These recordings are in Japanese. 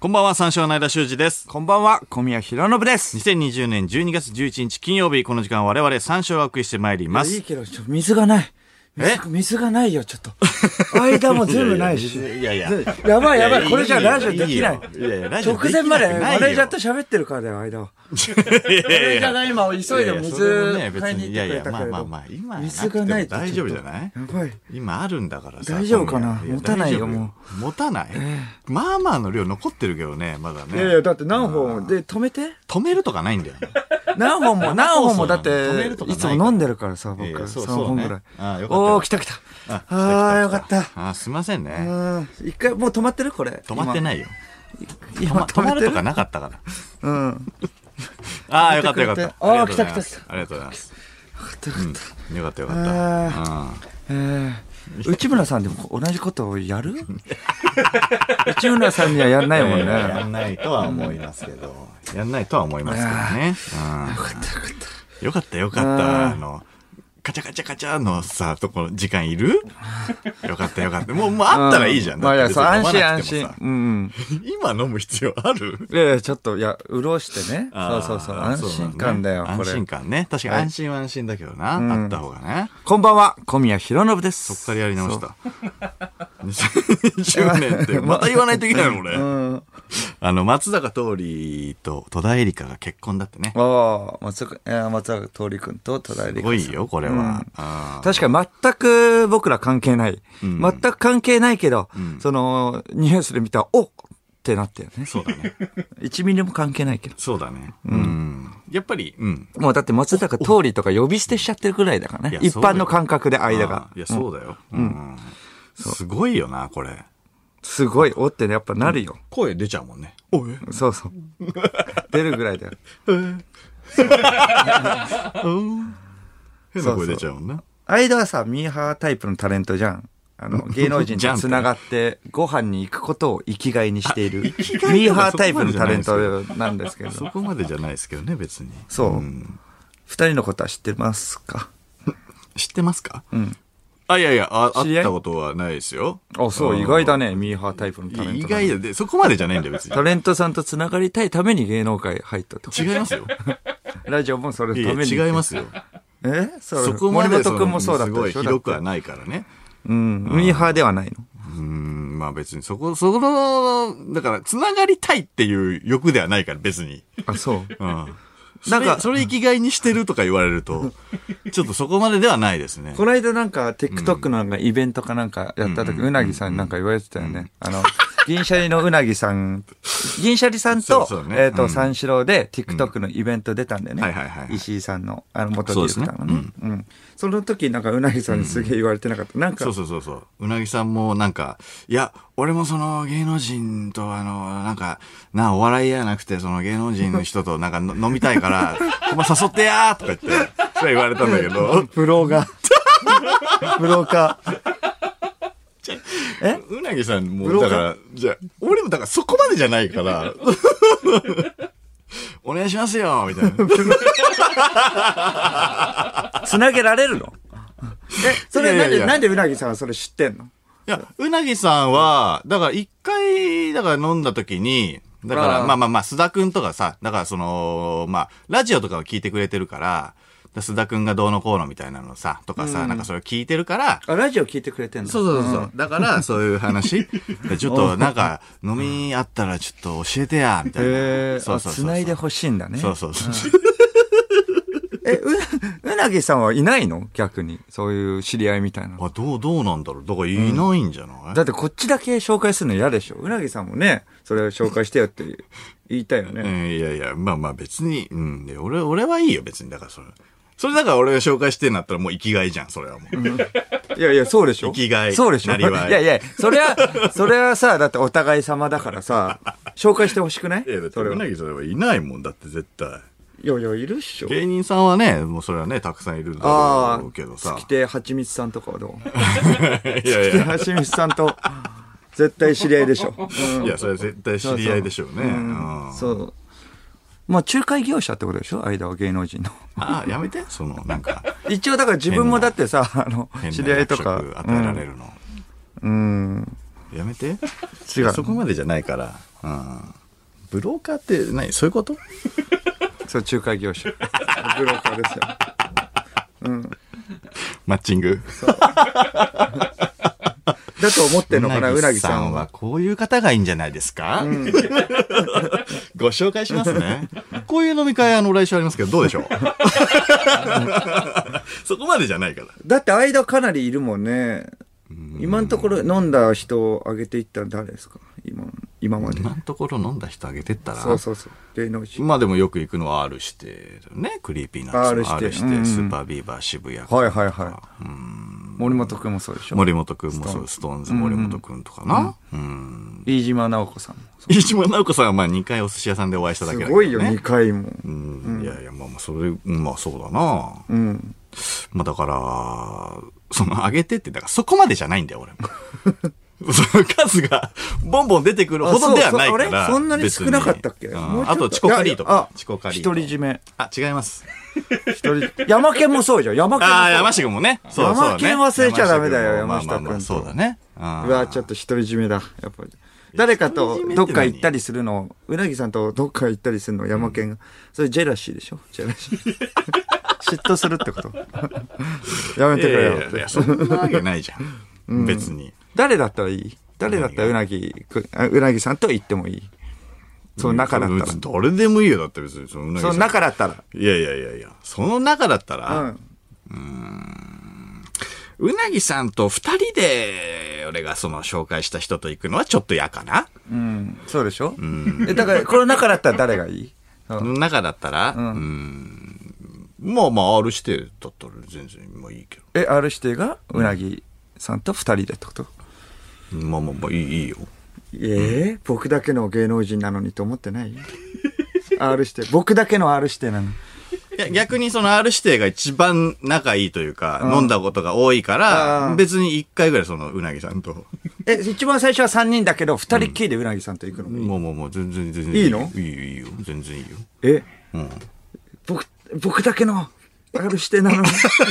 こんばんは、三四郎の間修二です。 こんばんは、小宮浩信です。 2020年12月11日金曜日、この時間我々三四郎をお送りしてまいります。 いいけど、水がない。水がないよ、ちょっと。間も全部ないし。 いやいや。 やばい、これじゃラジオできない。 いやいや、ラジオ直前までマネージャーと喋ってるからだよ、間は。マネージャーが今急いで水買いに行ってくれたけれど。 今水がないと大丈夫じゃない？やばい。 今あるんだからさ。 大丈夫かな？持たないよ、もう。持たない？まあまあの量残ってるけどね、まだね。 いやいや、だって何本で止めて？ 止めるとかないんだよ。 何本もだって、いつも飲んでるからさ、僕。3本ぐらい。おー、来た。ああ、よかった。 すいませんね。 一回、もう止まってるこれ。 止まってないよ。 今止まるとかなかったから。 うん。 ああ、よかった。ああ、来た。 ありがとうございます。よかった。 内村さんでも同じことをやる？内村さんにはやんないもんね。 やんないとは思いますけど。ね。よかった。カチャのさ、時間いる？よかった。もうあったらいいじゃん。 まあいや、安心。 今飲む必要ある？ いや、ちょっと、潤してね。そう。安心感だよ、これ。 安心感ね。確かに安心は安心だけどな。あった方がね。 こんばんは、小宮浩信です。 そっからやり直した。2020年って、また言わないといけないの俺。松坂桃李と戸田恵梨香が結婚だってね。 ああ、松坂桃李君と戸田恵梨香。すごいよ、これは。 確かに全く僕ら関係ない。全く関係ないけど、ニュースで見たら、おっってなったよね。 そうだね。 1ミリも関係ないけど。 そうだね。やっぱり、 もうだって松坂桃李とか呼び捨てしちゃってるくらいだからね。一般の感覚で間が。 いや、そうだよ。すごいよな、これ。 すごい、おってね、やっぱなるよ。 声出ちゃうもんね。 そう。出るぐらいだよ。 変な声出ちゃうもんね。 間はさ、ミーハータイプのタレントじゃん。芸能人と繋がってご飯に行くことを生きがいにしている。ミーハータイプのタレントなんですけど。 そこまでじゃないですけどね、別に。 そう。二人のことは知ってますか？ 知ってますか？いや、会ったことはないですよ。 あ、そう、意外だね、ミーハータイプのタレント。 意外だで、そこまでじゃないんだよ、別に。 タレントさんと繋がりたいために芸能界入ったと。 違いますよ。 ラジオもそれのために。 違いますよ。 そこまで森本君もそうだったでしょ。 すごい広くはないからね。 ミーハーではないの？ まあ別にだから、繋がりたいっていう欲ではないから、別に。 あ、そう。 なんか、それ生きがいにしてるとか言われると、ちょっとそこまでではないですね。 この間TikTok のイベントかなんかやった時、うなぎさんなんか言われてたよね。銀シャリのうなぎさん、銀シャリさんと、三四郎で TikTok のイベント出たんだよね。石井さんの、元ディレクターのね。その時なんかうなぎさんにすげえ言われてなかった。なんか。 そう。うなぎさんもなんか、いや、俺もその芸能人となんか、お笑いやなくて、その芸能人の人となんか飲みたいから、お前誘ってやーとか言って、それ言われたんだけど。 プロか。 うなぎさんも、だから、じゃあ、俺もだからそこまでじゃないから、お願いしますよみたいな。 つなげられるの？それなんでうなぎさんはそれ知ってんの？ いや、うなぎさんは、だから一回、だから飲んだ時に、だからまあ須田くんとかさ、だからラジオとかを聞いてくれてるから、須田くんがどうのこうのみたいなのさ、とかさ、なんかそれを聞いてるから。 ラジオ聞いてくれてんの？ そう。だから、そういう話ちょっとなんか、飲みあったらちょっと教えてや、みたいな。 繋いでほしいんだね。 そう。 うなぎさんはいないの？逆に。そういう知り合いみたいな。 どうなんだろう。だからいないんじゃない？ だってこっちだけ紹介するの嫌でしょ。うなぎさんもね、それを紹介してよって言いたいよね。 いや、まあ別に、俺はいいよ、別に。だからそれだから俺が紹介してんだったらもう生きがいじゃん、それはもう。 いや、そうでしょ。 生きがい。 そうでしょ。いや、それはさ、だってお互い様だからさ、紹介してほしくない？ いや、だってうなぎさんはいないもんだって絶対。 いや、いるっしょ。 芸人さんはね、もうそれはね、たくさんいるんだろうけどさ。 月亭はちみつさんとかはどう？ いや。 月亭はちみつさんと、絶対知り合いでしょ。 いや、それは絶対知り合いでしょうね。 そう。まあ、仲介業者ってことでしょ？間は芸能人の。 やめて。なんか。 一応だから自分もだってさ、知り合いとか。 与えられるの。やめて。違う。そこまでじゃないから。 うん。ブローカーって何そういうこと？ そう、仲介業者。ブローカーですよ。うん。 マッチング。 だと思ってんのかな、うなぎさんは。こういう方がいいんじゃないですか、ご紹介しますね。こういう飲み会、来週ありますけど、どうでしょうそこまでじゃないから。 だって間かなりいるもんね。今のところ飲んだ人を挙げていったら誰ですか今まで。 今のところ飲んだ人挙げてったら。 そう。芸能人。 まあでもよく行くのは R 指定ね。クリーピーナッツの R 指定、スーパービーバー渋谷。 はい。森本くんもそうでしょ。 森本くんもそう、ストーンズ森本くんとかな。 飯島直子さんも。 飯島直子さんはまあ2回お寿司屋さんでお会いしただけだけどね。 すごいよ、2回も。 いや、まあそれ、まあそうだな。まあだから、上げてって、だからそこまでじゃないんだよ、俺も。その数が、ボンボン出てくるほどではないから。 そんなに少なかったっけ？ あと、チコカリーとか。チコカリー。 独り占め。 あ、違います。 山県もそうじゃん。山下くんもね。 山県忘れちゃダメだよ、山下くん。 そうだね。 うわ、ちょっと独り占めだ。やっぱり。誰かとどっか行ったりするの、うなぎさんとどっか行ったりするの、山県が。それジェラシーでしょ？ジェラシー。嫉妬するってことやめてくれよって。 いや、そんなわけないじゃん。別に。 誰だったらいい？誰だったらうなぎさんと言ってもいい？その中だったら。 誰でもいいよ、だって別に。その中だったら。 いや。その中だったら、うなぎさんと二人で、俺が紹介した人と行くのはちょっと嫌かな。 そうでしょ？だから、この中だったら誰がいい？ 中だったらまあ、R 指定だったら全然まあいいけど。 R 指定がうなぎさんと二人でってこと？ まあ、いいよ。 僕だけの芸能人なのにと思ってない？ R 指定。僕だけの R 指定なの。 いや、逆にその R 指定が一番仲いいというか、飲んだことが多いから、別に一回ぐらいうなぎさんと。 一番最初は3人だけど、2人っきりでうなぎさんと行くのもう、全然。 いいの？ いいよ。全然いいよ。 僕だけの R 指定なのに。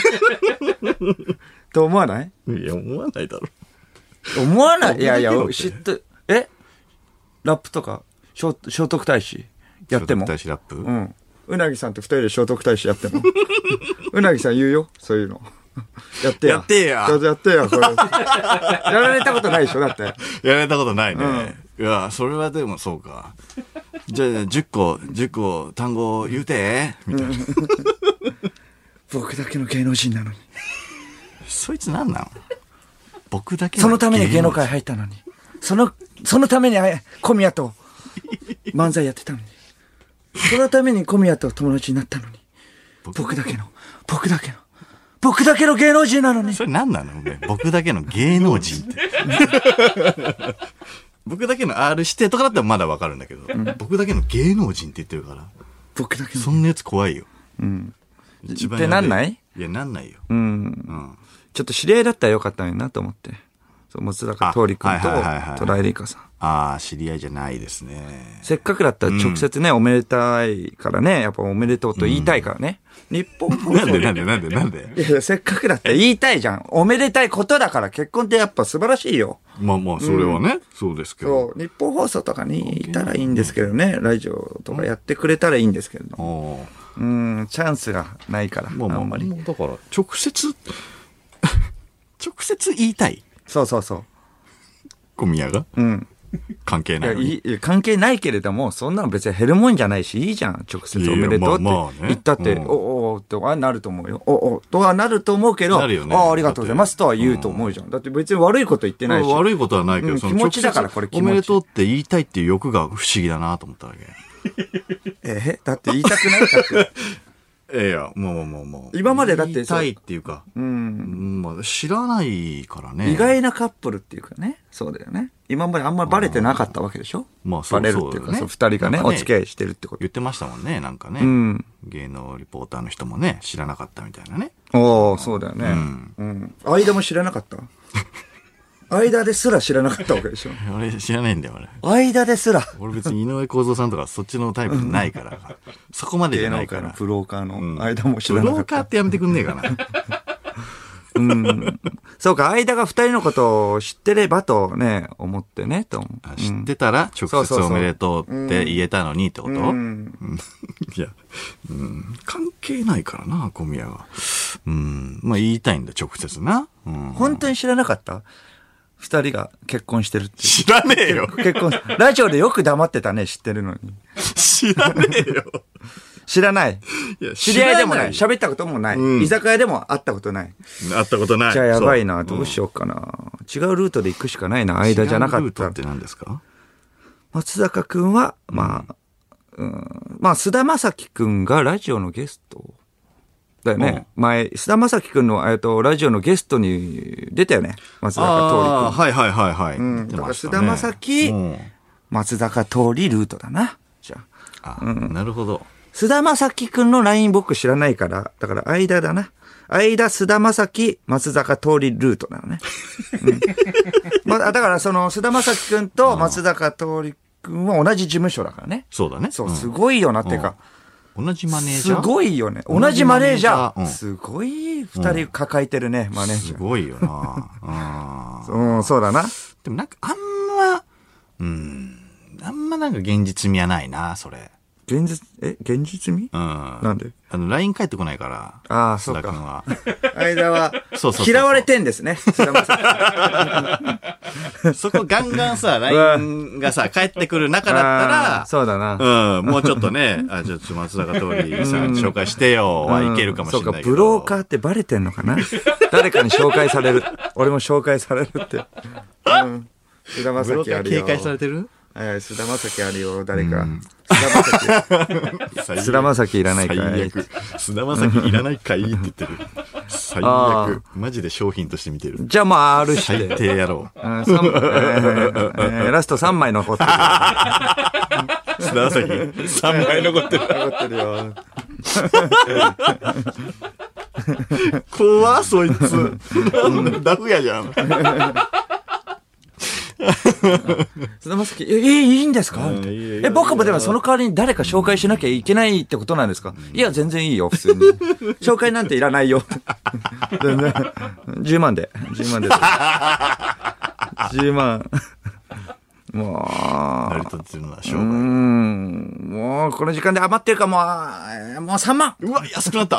と思わない？ いや、思わないだろ。 思わない？いや、知って、ラップとか、聖徳太子やっても？ 聖徳太子ラップ？ うなぎさんと二人で聖徳太子やっても。うなぎさん言うよ、そういうの。やってや。 やってや。 やってや、これ。やられたことないでしょ、だって。 やられたことないね。いや、それはでもそうか。じゃあ、10個単語言うて、みたいな。 僕だけの芸能人なのに。 そいつ何なの？僕だけそのために芸能界入ったのに。そのために小宮と漫才やってたのに。そのために小宮と友達になったのに。僕だけの芸能人なのに。 それ何なの？僕だけの芸能人って。僕だけの R 指定とかだったらまだわかるんだけど、僕だけの芸能人って言ってるから。 僕だけの。 そんなやつ怖いよ。 一番。ってなんない？ いや、なんないよ。 ちょっと知り合いだったらよかったのになと思って。松坂桃李君とトライリカさん。 知り合いじゃないですね。 せっかくだったら直接ね、おめでたいからね、やっぱおめでとうと言いたいからね。日本放送。 なんでいや、せっかくだったら言いたいじゃん。おめでたいことだから結婚ってやっぱ素晴らしいよ。 まあ、それはね、そうですけど。 そう、日本放送とかにいたらいいんですけどね、ラジオとかやってくれたらいいんですけど。チャンスがないから、あんまり。 だから、直接言いたい。 そう。 小宮が？関係ない。 いや関係ないけれども、そんなの別に減るもんじゃないし、いいじゃん。直接おめでとうって言ったって、とはなると思うよ。とはなると思うけど、ありがとうございますとは言うと思うじゃん。だって別に悪いこと言ってないし。 悪いことはないけど、 気持ちだからこれ気持ち。 おめでとうって言いたいっていう欲が不思議だなと思ったわけ。 だって言いたくないかって。 いや、もう。 今までだって言いたいっていうか。まあ、知らないからね。 意外なカップルっていうかね。そうだよね。今まであんまりバレてなかったわけでしょ？バレるっていうか、二人がね、お付き合いしてるってこと。 言ってましたもんね、なんかね。芸能リポーターの人もね、知らなかったみたいなね。 そうだよね。間も知らなかった？間ですら知らなかったわけでしょ。 俺知らないんだよ、 間ですら。 俺別に井上公造さんとかそっちのタイプじゃないから。そこまでじゃないから。 芸能界のプローカーの間も知らなかった。 プローカーってやめてくんねえかな。 そうか、間が二人のことを知ってればとね、思ってね、と思う。 知ってたら直接おめでとうって言えたのにってこと？いや、関係ないからな、小宮は。まあ言いたいんだ、直接な。 本当に知らなかった？二人が結婚してるって。 知らねえよ。 結婚、ラジオでよく黙ってたね、知ってるのに。 知らねえよ。 知らない。知り合いでもない。喋ったこともない。居酒屋でも会ったことない。 会ったことない。 じゃあやばいな。どうしようかな。違うルートで行くしかないな。間じゃなかった。 違うルートって何ですか？ 松坂くんは、まあ、菅田将暉くんがラジオのゲストだよね。前、菅田将暉くんの、ラジオのゲストに出たよね。松坂桃李くん。 はいはいはいはい。 だから菅田将暉、松坂桃李ルートだな。じゃあ。 なるほど。 菅田将暉くんの LINE 僕知らないから、だから間だな。間、菅田将暉、松坂桃李ルートなのね。だからその菅田将暉くんと松坂桃李くんは同じ事務所だからね。 そうだね。 そう、すごいよなっていうか。 同じマネージャー？ すごいよね。同じマネージャー。すごい二人抱えてるね、マネージャー。 すごいよな。 そうだな。 でもなんかあんまなんか現実味はないな、それ。 現実味？なんで LINE 返ってこないから。 ああ、そうか。間は、嫌われてんですね。 そこガンガンさ、LINE がさ、返ってくる中だったら、 そうだな。 もうちょっとね、ちょっと松坂桃李さん紹介してよはいけるかもしれないけど。 そうか、ブローカーってバレてんのかな？誰かに紹介される。俺も紹介されるって。菅田将暉あるよ。 警戒されてる？ 菅田将暉あるよ、誰か。菅田将暉いらないかい。 最悪。菅田将暉いらないかいって言ってる。最悪。マジで商品として見てる。 じゃあまあ、あるし。 最低野郎。 ラスト3枚残ってる。 菅田将暉3枚残ってる。 残ってるよ。 怖っ、そいつ。ダフ屋じゃん。 菅田将暉、いいんですか？僕もでもその代わりに誰か紹介しなきゃいけないってことなんですか？いや、全然いいよ、普通に。紹介なんていらないよ。全然。10万で。10万。もう。 成り立ってるな、商売。 もう、この時間で余ってるかもう3万。 うわ、安くなった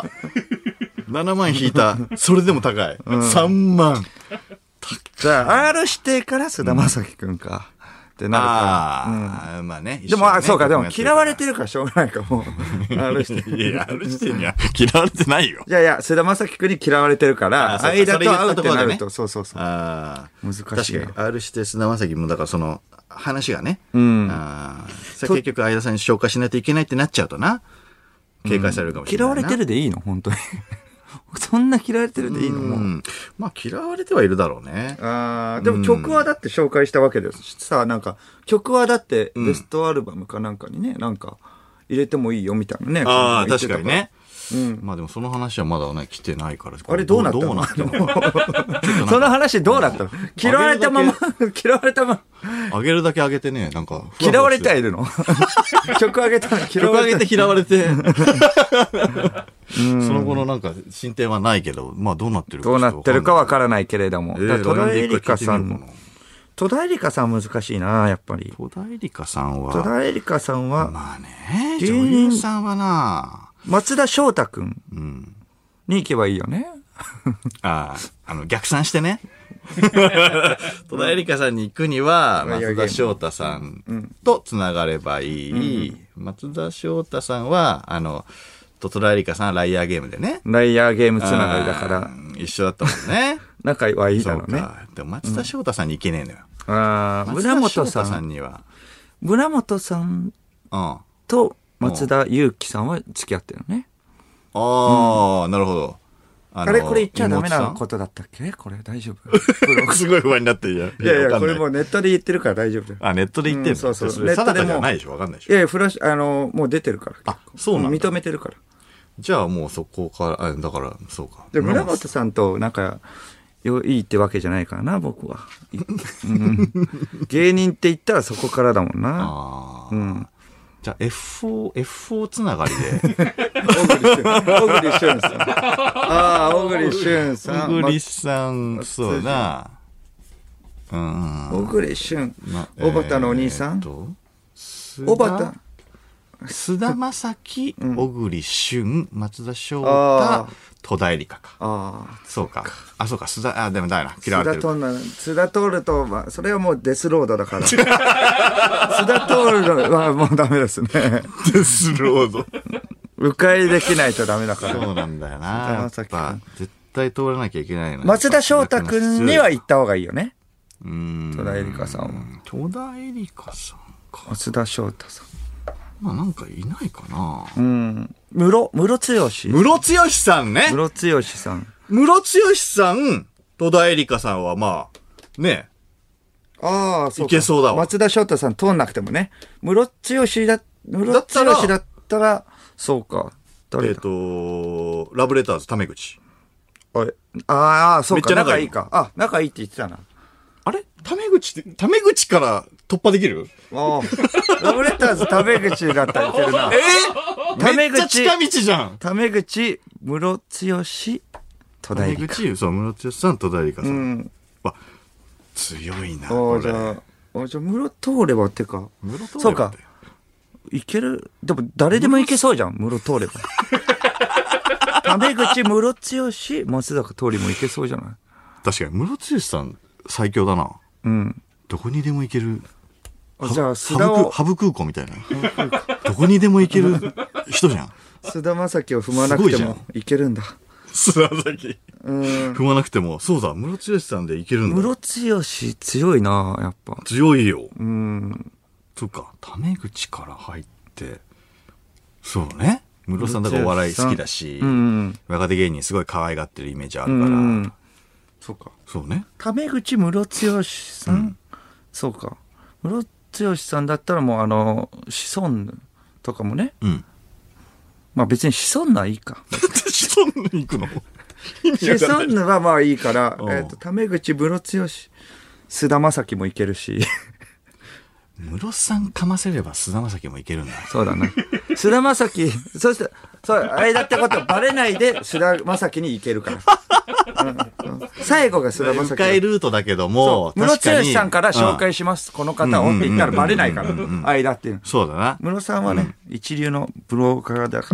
。7万引いた。それでも高い。3万。 じゃあ、R 指定から菅田将暉くんか。ってなるか。 まあね。 でも、そうか、でも嫌われてるからしょうがないかも。 R 指定。いや、R 指定には嫌われてないよ。 いや、菅田将暉くんに嫌われてるから、間と会うってなると、そう。難しい。 確かに、R 指定菅田将暉も、だからその、話がね。結局、相田さんに紹介しないといけないってなっちゃうとな。警戒されるかもしれない。 嫌われてるでいいの本当に。そんな嫌われてるでいいのもう。 まあ嫌われてはいるだろうね。 でも曲はだって紹介したわけですさあ、なんか、曲はだってベストアルバムかなんかにね、なんか入れてもいいよみたいなね。 確かにね。まあでもその話はまだね、来てないから。 あれどうなったのその話どうなったの？嫌われたまま。 あげるだけあげてね、なんか。 嫌われてはいるの？曲あげたの曲あげて嫌われて。その後のなんか進展はないけど、まあどうなってるか。 どうなってるかわからないけれども。戸田恵梨香さん。戸田恵梨香さん難しいな、やっぱり。 戸田恵梨香さんは。 戸田恵梨香さんは。 まあね、女優さんはな。 松田翔太くんに行けばいいよね。 逆算してね。戸田恵梨香さんに行くには、松田翔太さんと繋がればいい。松田翔太さんは、戸田恵梨香さんはライアーゲームでね。 ライアーゲーム繋がりだから。 一緒だったもんね。 仲はいいだろうね。 でも松田翔太さんに行けねえのよ。 村本さんには。村本さんと松田祐樹さんは付き合ってるのね。なるほど。 これ言っちゃダメなことだったっけ？これ大丈夫？ すごい不安になってるじゃん。 いや、これもうネットで言ってるから大丈夫だよ。 ネットで言ってるそう。 ネットでも。ないでしょ？わかんないでしょ？ いや、フラッシュ、もう出てるから。 そうなんだ。 認めてるから。 じゃあもうそこから、だから、そうか。 で、村本さんとなんか、いいってわけじゃないからな、僕は。芸人って言ったらそこからだもんな。 じゃあ F4 つながりで。 小栗旬さん。ああ、小栗旬さん。 小栗さん、そうだな。 小栗旬。小畑のお兄さん。小畑。 菅田将暉、小栗旬、松田翔太、戸田恵梨香か。そうか。そうか、でもだよな。嫌われてる。 須田徹と、それはもうデスロードだから。須田徹はもうダメですね。 デスロード。 迂回できないとダメだから。 そうなんだよな。やっぱ絶対通らなきゃいけないの。 松田翔太くんには行った方がいいよね。戸田恵梨香さんは。 戸田恵梨香さんか。 松田翔太さん。 まあなんかいないかな。 室剛。 室剛さんね。 室剛さん。 室剛さん、戸田恵梨香さんはまあ、ね。 そうか。 いけそうだわ。 松田翔太さん通んなくてもね。室剛だったら、そうか。 誰だラブレターズ、タメ口。 そうか。めっちゃ仲いいか。仲いいって言ってたな。 あれタメ口から突破できる？ ラブレターズタメ口だったらいけるな。 めっちゃ近道じゃん。 タメ口、室剛、戸田恵梨香。 そう、室剛さん、戸田恵梨香さん。強いな、これ。 じゃあ、室通ればってか。そうか。いける。でも、誰でもいけそうじゃん、室通れば。タメ口、室剛、松坂桃李もいけそうじゃない？ 確かに、室剛さん、最強だな。どこにでも行ける。 じゃあ、 ハブ空港みたいな。どこにでも行ける人じゃん。 菅田将暉を踏まなくても行けるんだ。 菅田将暉。踏まなくても、そうだ、室剛さんで行けるんだ。 室剛強いな、やっぱ。 強いよ。そうか、タメ口から入って、そうね。室さんだからお笑い好きだし、若手芸人すごい可愛がってるイメージあるから。 そうか。 そうね。 タメ口室剛さん、そうか。室剛さんだったらもうシソンヌとかもね。まあ別にシソンヌはいいか。 シソンヌ行くの？ シソンヌはまあいいから、タメ口室剛、菅田将暉もいけるし。 室さんかませれば菅田将暉もいけるんだ。 そうだな。菅田将暉、そして、間ってことバレないで菅田将暉にいけるから。最後が菅田将暉。 迂回ルートだけども、 室剛さんから紹介します。この方をって言ったらバレないから。間っていう。 そうだな。 室さんはね、一流のブローカーだから。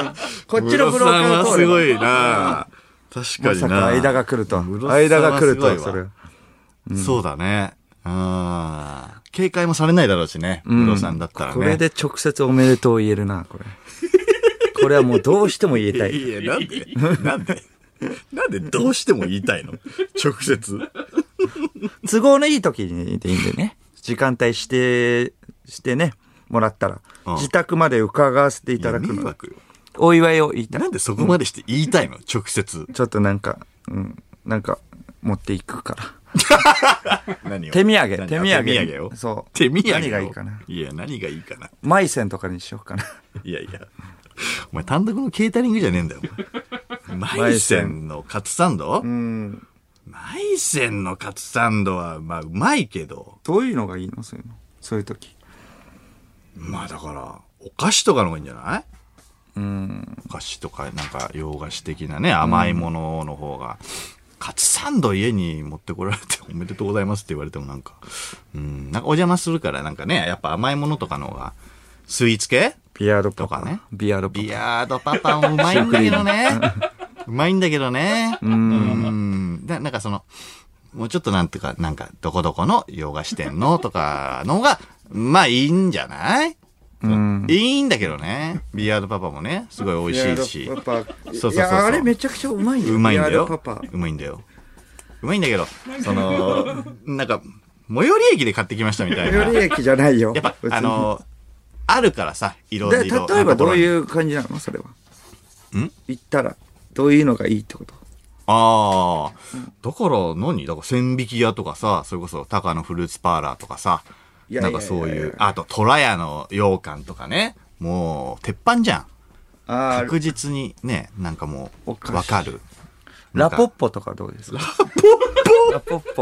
こっちのブローカーはすごいな。確かにな。 まさか間が来ると。間が来ると、それ。 そうだね。警戒もされないだろうしね。室さんだったらね。 これで直接おめでとう言えるな、これ。これはもうどうしても言えたい。 いや、なんでどうしても言いたいの？直接。 都合のいい時にでいいんでね。時間帯してね、もらったら。自宅まで伺わせていただくの。お祝いを言いたい。 なんでそこまでして言いたいの？直接。 ちょっとなんか、持っていくから。 何を？ 手土産を。そう。 手土産を。 何がいいかな。 いや、何がいいかな。 マイセンとかにしようかな。 いや。お前単独のケータリングじゃねえんだよ。マイセンのカツサンド？マイセンのカツサンドは、まあ、うまいけど。 どういうのがいいの？そういう時。 まあだから、お菓子とかの方がいいんじゃない？お菓子とか、なんか洋菓子的なね、甘いものの方が。カツサンド家に持ってこられておめでとうございますって言われてもなんかお邪魔するからなんかね、やっぱ甘いものとかの方が、スイーツ系ビアードパパ。 とかね。 ビアードパパもうまいんだけどね。うまいんだけどね。なんかもうちょっとなんていうか、なんか、どこどこの洋菓子店のとかのが、まあいいんじゃない？いいんだけどね。ビアードパパもね、すごい美味しいし。 そう。いや、あれめちゃくちゃうまいよ。 うまいんだよ。 ビアードパパ。 うまいんだよ。うまいんだけど、なんか、最寄り駅で買ってきましたみたいな。 最寄り駅じゃないよ。 やっぱ、あるからさ、いろいろ。 例えばどういう感じなの？それは。行ったら、どういうのがいいってこと？ だから何？だから千匹屋とかさ、それこそ高野フルーツパーラーとかさ、なんかそういう、あと虎屋の羊羹とかね、もう、鉄板じゃん。確実にね、なんかもう、わかる。 ラポッポとかどうですか？ラポッポ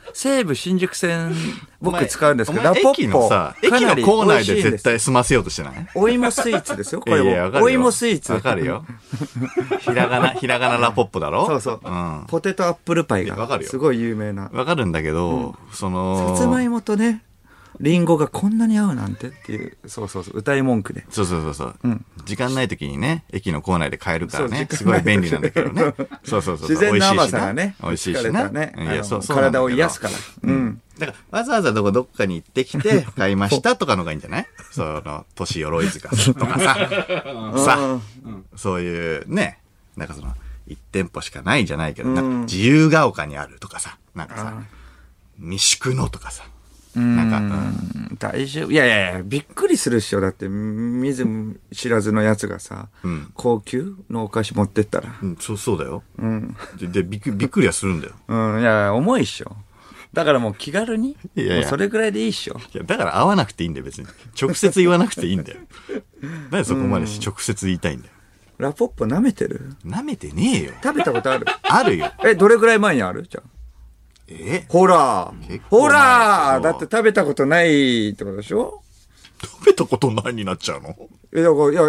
西武新宿線、僕使うんですけど、 お前ラポッポ。 駅のさ、駅の構内で絶対済ませようとしてない？ お芋スイーツですよ、これも。 いやいやわかるよお芋スイーツ。 わかるよ。ひらがなラポッポだろ？ そうそう。 うん。 ポテトアップルパイわかるよがすごい有名な。 わかるんだけど、その、 さつまいもとね、リンゴがこんなに合うなんてっていう、そう歌い文句で。 そう。時間ない時にね、駅の構内で買えるからね、 そうすごい便利なんだけどね。そう。 自然の甘さがね、 美味しいしな。 疲れたね、 いや、そう体を癒すから。うん。 だから、わざわざどっかに行ってきて、買いましたとかのがいいんじゃない？その、都市鎧塚とかさ、そういうね、なんかその、1店舗しかないんじゃないけど、なんか自由が丘にあるとかさ、なんかさ、三宿のとかさ、なんか、 大丈夫。いや、びっくりするっしょ。だって、見ず知らずのやつがさ、高級のお菓子持ってったら。 そうだよ。で、びっくりはするんだよ。 いや、重いっしょ。だからもう気軽に、 いやもうそれぐらいでいいっしょ。 いや、だから会わなくていいんだよ、別に。直接言わなくていいんだよ。なんでそこまで直接言いたいんだよ。 ラポッポ舐めてる？ 舐めてねえよ。 食べたことある？ あるよ。 どれぐらい前にある？じゃあ。ほらだって食べたことないってことでしょ？ 食べたことないになっちゃうの？ だから、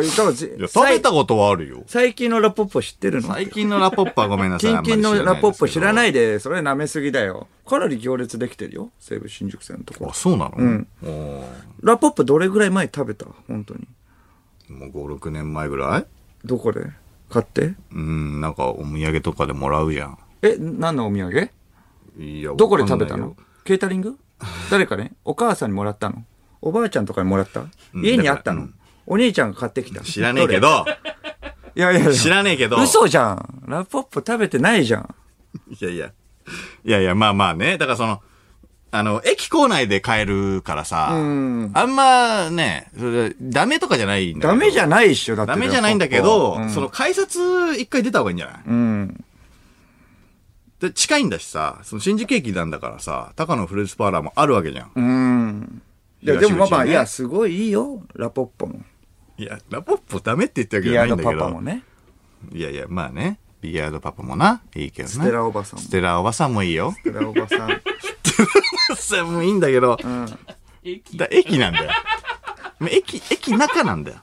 食べたことはあるよ。 最近のラポッポ知ってるの？ 最近のラポッポはごめんなさい。 近々のラポッポ知らないで、それ舐めすぎだよ。かなり行列できてるよ。西武新宿線のとこ。 あ、そうなの？ ラポッポどれぐらい前食べた？本当に。 もう5、6年前ぐらい？ どこで買って？ なんかお土産とかでもらうじゃん。 何のお土産？ いや、 どこで食べたの？ケータリング？誰かね、お母さんにもらったの？おばあちゃんとかにもらった？家にあったの？お兄ちゃんが買ってきた。 知らねえけど。 いや。 知らねえけど。 嘘じゃん。ラポッポ食べてないじゃん。 いや、まあね。だからその、駅構内で買えるからさ、あんまね、それダメとかじゃないんだけど。 ダメじゃないっしょ、だって。 ダメじゃないんだけど、その改札一回出た方がいいんじゃない？で、近いんだしさ、その新宿駅なんだからさ、高野フルーツパーラーもあるわけじゃん。 いや、でもいや、すごいいいよ、ラポッポも。 いや、ラポッポダメって言ってるわけじゃないんだけど。 ビアードパパもね。 いや、まあね。ビアードパパもな、いいけどね。 ステラおばさんも。 ステラおばさんもいいよ。 ステラおばさん。 ステラおばさんもいいんだけど、駅なんだよ。駅中なんだよ。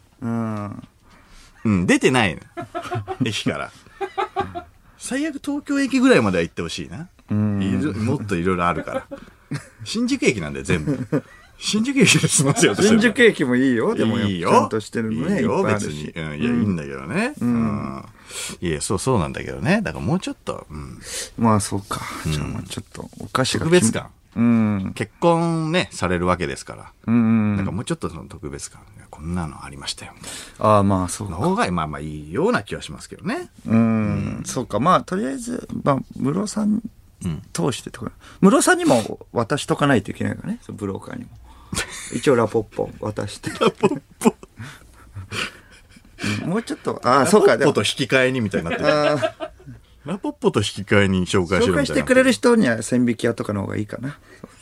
出てないの。駅から。最悪東京駅ぐらいまでは行ってほしいな。もっといろいろあるから。新宿駅なんだよ、全部。新宿駅で済ませようとしてる。 新宿駅もいいよ、でもいいよ。 ちゃんとしてるのね。 いいよ、別に。いや、いいんだけどね。いや、そうなんだけどね。だからもうちょっと。 まあ、そうか。じゃあ、ちょっと、お菓子が。 特別感。結婚ね、されるわけですから。なんかもうちょっとその特別感。こんなのありましたよ。 ああ、まあ、そうか。 の方が、まあいいような気はしますけどね。 そうか。まあ、とりあえず、まあ、室さん通してとか。室さんにも渡しとかないといけないからね。ブローカーにも。一応ラポッポ渡して。ラポッポ。もうちょっと、そうか。 ラポッポと引き換えにみたいになってる。ラポッポと引き換えに紹介しろみたいな。 紹介してくれる人には千匹屋とかの方がいいかな。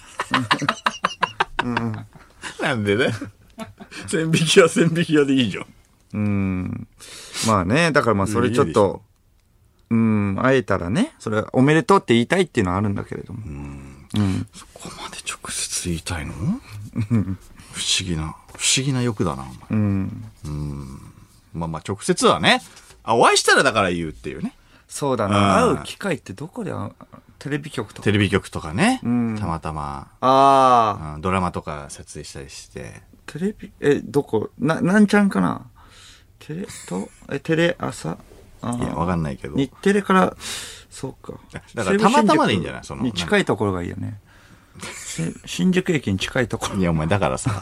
なんでね。千匹屋でいいじゃん。 まあね、だからまあそれちょっと、会えたらね、それおめでとうって言いたいっていうのはあるんだけれども。 そこまで直接言いたいの？不思議な欲だな、お前。まあ直接はね、お会いしたらだから言うっていうね。 そうだな。会う機会ってどこでテレビ局とか。 テレビ局とかね。たまたま。ドラマとか撮影したりして。 テレビ、どこなんちゃんかな？テレ朝？ いや、わかんないけど。 日テレから、そうか。 だからたまたまでいいんじゃない？その。 に近いところがいいよね。新宿駅に近いところ。 いや、お前だからさ。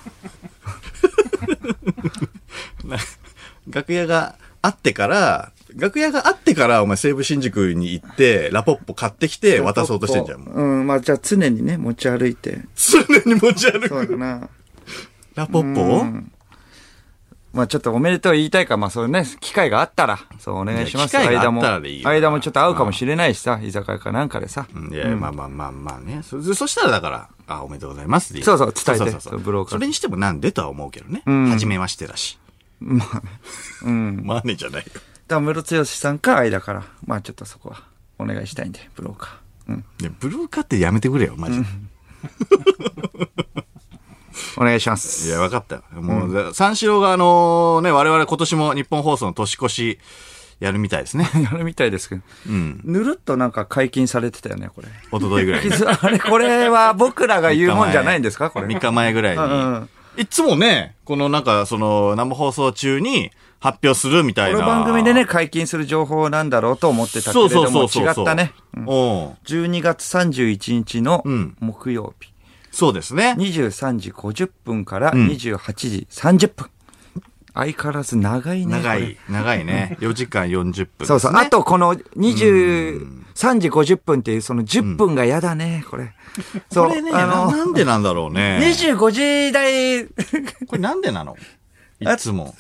楽屋があってから、お前西武新宿に行って、ラポッポ買ってきて渡そうとしてんじゃん。 まあじゃあ常にね、持ち歩いて。 常に持ち歩く。 そうだな。 ラポッポ？ まあちょっとおめでとう言いたいから、まあそうね、機会があったら、そうお願いします。 機会があったらでいいよ。 間もちょっと会うかもしれないしさ、居酒屋かなんかでさ。 いや、まあね。そしたらだから、おめでとうございますでいい。 そう、伝えて。ブローカー。 それにしてもなんでとは思うけどね。初めましてだし。 まあね。 まあねじゃないよ。 だから室剛さんか間から、まあちょっとそこはお願いしたいんで、ブローカー。 ブルーカってやめてくれよ、マジで。 お願いします。 いや、わかったよ。もう、三四郎が我々今年も日本放送の年越しやるみたいですね。 やるみたいですけど。ぬるっとなんか解禁されてたよね、これ。 一昨日ぐらいに。 あれ、これは僕らが言うもんじゃないんですか、これ。 3日前ぐらいに。いつもね、このなんか、生放送中に発表するみたいな。 この番組でね、解禁する情報なんだろうと思ってたけれども、違ったね。12月31日の木曜日。 そうですね。 23時50分から28時30分。相変わらず長いね。 長いね。4時間40分。 そうそう。あと、この23時50分っていうその10分が嫌だね、これ。 そう。これね、なんでなんだろうね。 25時台。 これなんでなのいつも。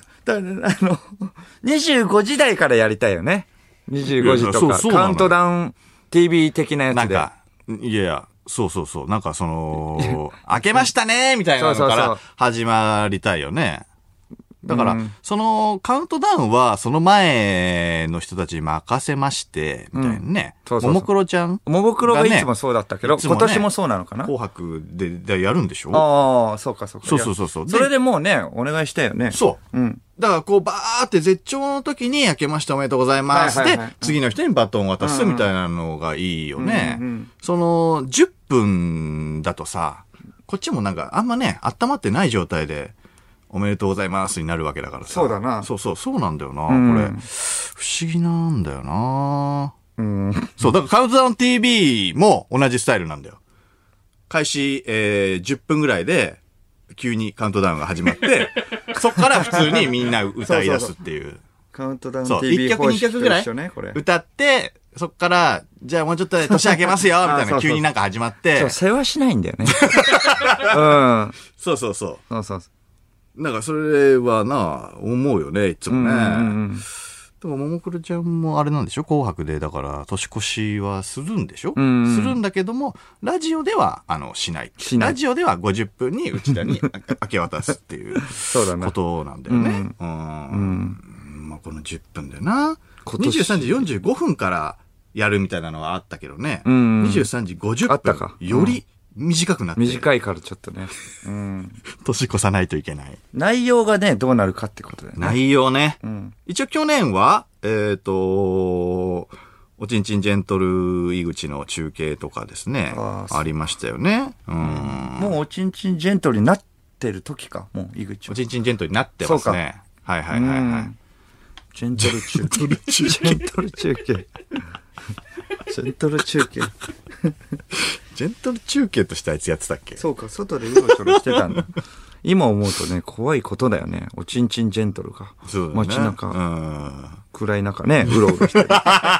25時台からやりたいよね。25時とか。カウントダウン TV 的なやつで。 なんか、いや、そう。なんか明けましたねみたいなのから始まりたいよね。だから、カウントダウンは、その前の人たちに任せまして、みたいなね。ももクロちゃんももクロがいつもそうだったけど、今年もそうなのかな紅白でやるんでしょああ、そうか。そう。 それでもうね、お願いしたよね。 そう。だから、バーって絶頂の時に、明けましておめでとうございますで、次の人にバトンを渡すみたいなのがいいよね。10分だとさ、こっちもなんか、あんまね、温まってない状態で、おめでとうございますになるわけだからさ。 そうだな。 そうなんだよな、これ。不思議なんだよな。そう、だからカウントダウン TV も同じスタイルなんだよ。開始、10分ぐらいで、急にカウントダウンが始まって、そっから普通にみんな歌い出すっていう。 カウントダウン TV 1曲2曲ぐらい歌って、そっから、じゃあもうちょっとで年明けますよ、みたいな急になんか始まって。 そう、世話しないんだよね。 そう。なんかそれはな、思うよね、いつもね。でも、ももクロちゃんもあれなんでしょ紅白で、だから、年越しはするんでしょするんだけども、ラジオでは、しない。ラジオでは50分に内田に明け渡すっていうことなんだよね。まあ、この10分だよな。23時45分からやるみたいなのはあったけどね。23時50分より短くなって。 短いからちょっとね。 年越さないといけない。 内容がね、どうなるかってことだよね。 内容ね。一応去年は、おちんちんジェントル井口の中継とかですね。ありましたよね。 もうおちんちんジェントルになってる時か。もう井口。 おちんちんジェントルになってますね。はい。 ジェントル中継。ジェントル中継。ジェントル中継。 ジェントル中継としてあいつやってたっけ？ そうか、外でうろちょろしてたんだ。今思うとね、怖いことだよね。おちんちんジェントルが。 そうだね。 街中、暗い中ね、うろうろしてる。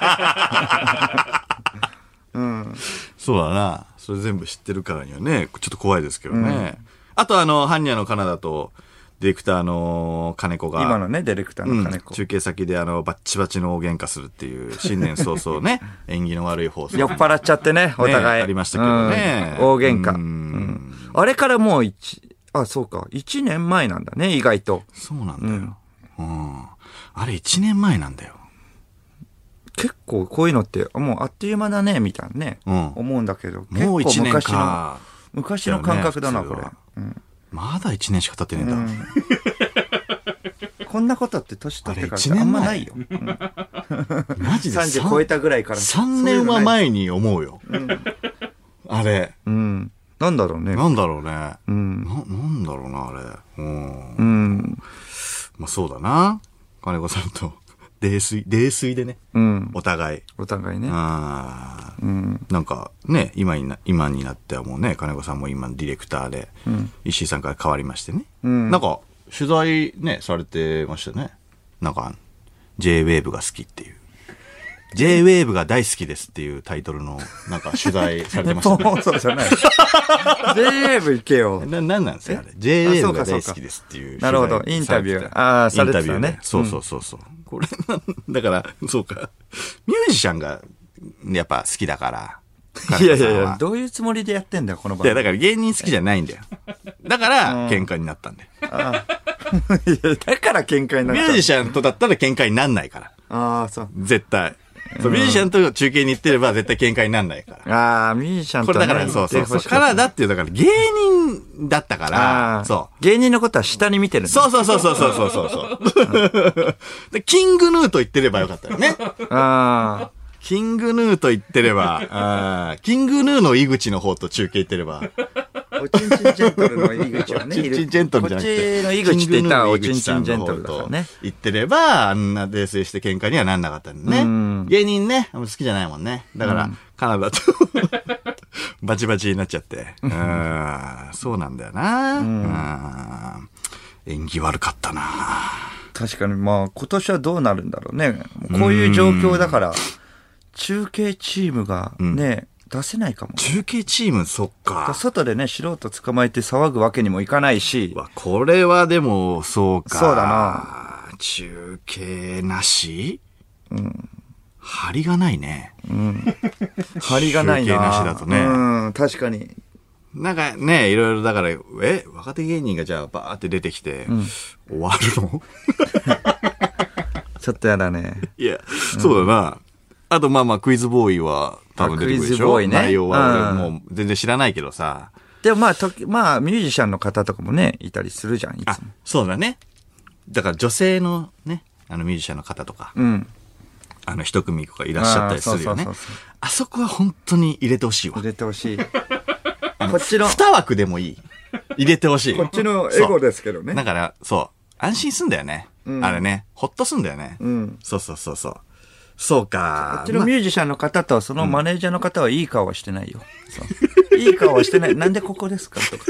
そうだな。それ全部知ってるからにはね、ちょっと怖いですけどね。あとハンニャのカナダと、ディレクターの金子が。 今のね、ディレクターの金子。 中継先でバッチバチの大喧嘩するっていう、新年早々ね、縁起の悪い放送。 酔っ払っちゃってね、お互い。 ありましたけどね。 大喧嘩。あれからもうそうか、1年前なんだね、意外と。 そうなんだよ。あれ1年前なんだよ。 結構こういうのって、もうあっという間だね、みたいなね。思うんだけど。 もう1年か。 昔の感覚だな、これ。 まだ1年しか経ってねえんだ。こんなことって年取ってからあんまないよ。 マジで 30超えたぐらいから。 3年は前に思うよ。あれ。 なんだろうね。 なんだろうね。なんだろうな、あれ。まあそうだな。金子さんと、泥酔でね。お互い。 お互いね。 なんかね、今になってはもうね、金子さんも今ディレクターで、石井さんから変わりましてね。なんか、取材ね、されてましたね。なんか、J-Wave が好きっていう。J-Wave が大好きですっていうタイトルの、なんか取材されてましたね。 もうそうじゃない。J-Wave 行けよ。 なんなんですよ、あれ。J-Wave が大好きですっていう。 なるほど。インタビュー。されてたね。 そう。これ、だから、そうか。ミュージシャンが、やっぱ好きだから。 いや、どういうつもりでやってんだよ、この番組。 いや、だから芸人好きじゃないんだよ。だから、喧嘩になったんだよ。 いや、だから喧嘩になった。 ミュージシャンとだったら喧嘩になんないから。 そう。 絶対。 そう、ミュージシャンと中継に行ってれば絶対喧嘩にならないから。 ああ、ミュージシャンと、ね、 これだから、そう。からだっていう、だから芸人だったから、そう。 芸人のことは下に見てるんだ。 そう。で、キングヌーと言ってればよかったよね。キングヌーと言ってれば、キングヌーの井口の方と中継行ってれば。 おちんちんジェントルの井口はね。 おちんちんジェントルじゃなくて。 こっちの井口って言ったらおちんちんジェントルだからね。 言ってれば、あんな泥酔して喧嘩にはなんなかったんだね。芸人ね、好きじゃないもんね。だから、カナダとバチバチになっちゃって。そうなんだよな。演技悪かったな。 確かに、まあ、今年はどうなるんだろうね。こういう状況だから、中継チームがね、出せないかも。 中継チーム、そっか。 外でね、素人捕まえて騒ぐわけにもいかないし。 これはでも、そうか。 そうだな。 中継なし？張りがないね。 張りがないな。 中継なしだとね。 確かに。 なんかね、いろいろだから、若手芸人がじゃあバーって出てきて、終わるのちょっとやだね。 いや、そうだな。あとまあクイズボーイは多分出てくるでしょ。 クイズボーイね。 内容はもう全然知らないけどさ。 でもまあミュージシャンの方とかもね、いたりするじゃん、いつも。 そうだね。だから女性のね、ミュージシャンの方とか、一組とかいらっしゃったりするよね。あそこは本当に入れてほしいわ。 入れてほしい。こっちの。 2枠でもいい。入れてほしい。 こっちのエゴですけどね。 だから、そう。安心すんだよね。あれね。ほっとすんだよね。そう。そうか。 こっちのミュージシャンの方とそのマネージャーの方はいい顔はしてないよ。いい顔はしてない。なんでここですかとか。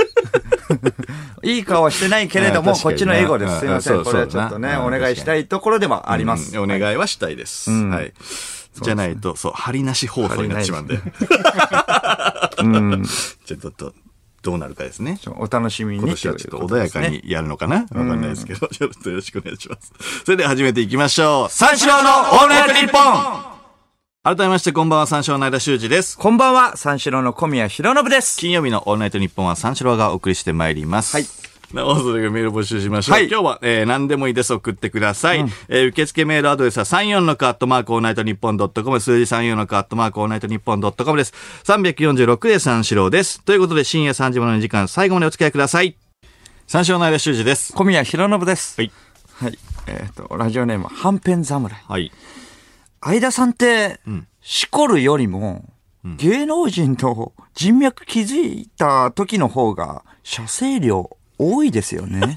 いい顔はしてないけれども、こっちのエゴです。すいません。これはちょっとね、お願いしたいところでもあります。 お願いはしたいです。はい。じゃないと、張りなし放送になってしまうんで。じゃあちょっと、どうなるかですね。 お楽しみに。 今年はちょっと穏やかにやるのかなわかんないですけど、ちょっとよろしくお願いします。それでは始めていきましょう。三四郎のオールナイトニッポン。改めましてこんばんは、三四郎の間修二です。 こんばんは、三四郎の小宮弘信です。 金曜日のオールナイトニッポンは三四郎がお送りしてまいります。はい。なお、それがメール募集しましょう。はい、今日は、何でもいいです。送ってください。受付メールアドレスは34@オールナイトニッポン.com、数字34@オールナイトニッポン.comです。346で三四郎です。ということで、深夜3時までの時間、最後までお付き合いください。三四郎の間修二です。 小宮弘信です。 はい。 はい。ラジオネーム、はんぺん侍。 はい。 相田さんって、しこるよりも、芸能人と人脈築いた時の方が、射精量、多いですよね。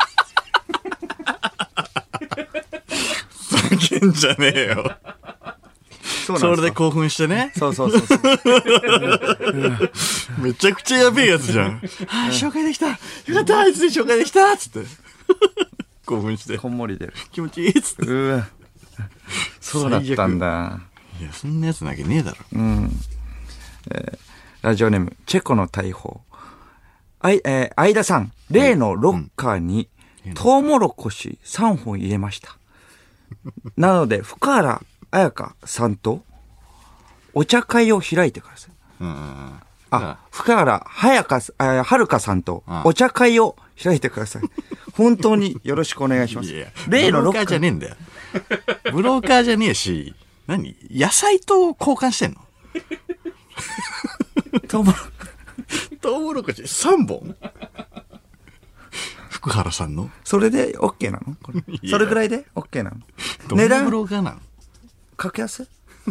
ふざけんじゃねえよ。それで興奮してね。 そう。 めちゃくちゃやべえやつじゃん。紹介できた。よかった、あいつで紹介できたつって。興奮して。 こんもり出る。 気持ちいいつって。 うわ。そうだったんだ。 いや、そんなやつなわけねえだろ。 ラジオネーム、チェコの大砲。相田さん、例のロッカーに、トウモロコシ3本入れました。なので、福原彩香さんと、お茶会を開いてください。福原遥香さんと、お茶会を開いてください。本当によろしくお願いします。 例のロッカーじゃねえんだよ。ブローカーじゃねえし、野菜と交換してんの？トウモロコシ3本福原さんのそれで OK なのこれそれぐらいで OK なの値段ブローカーなの格安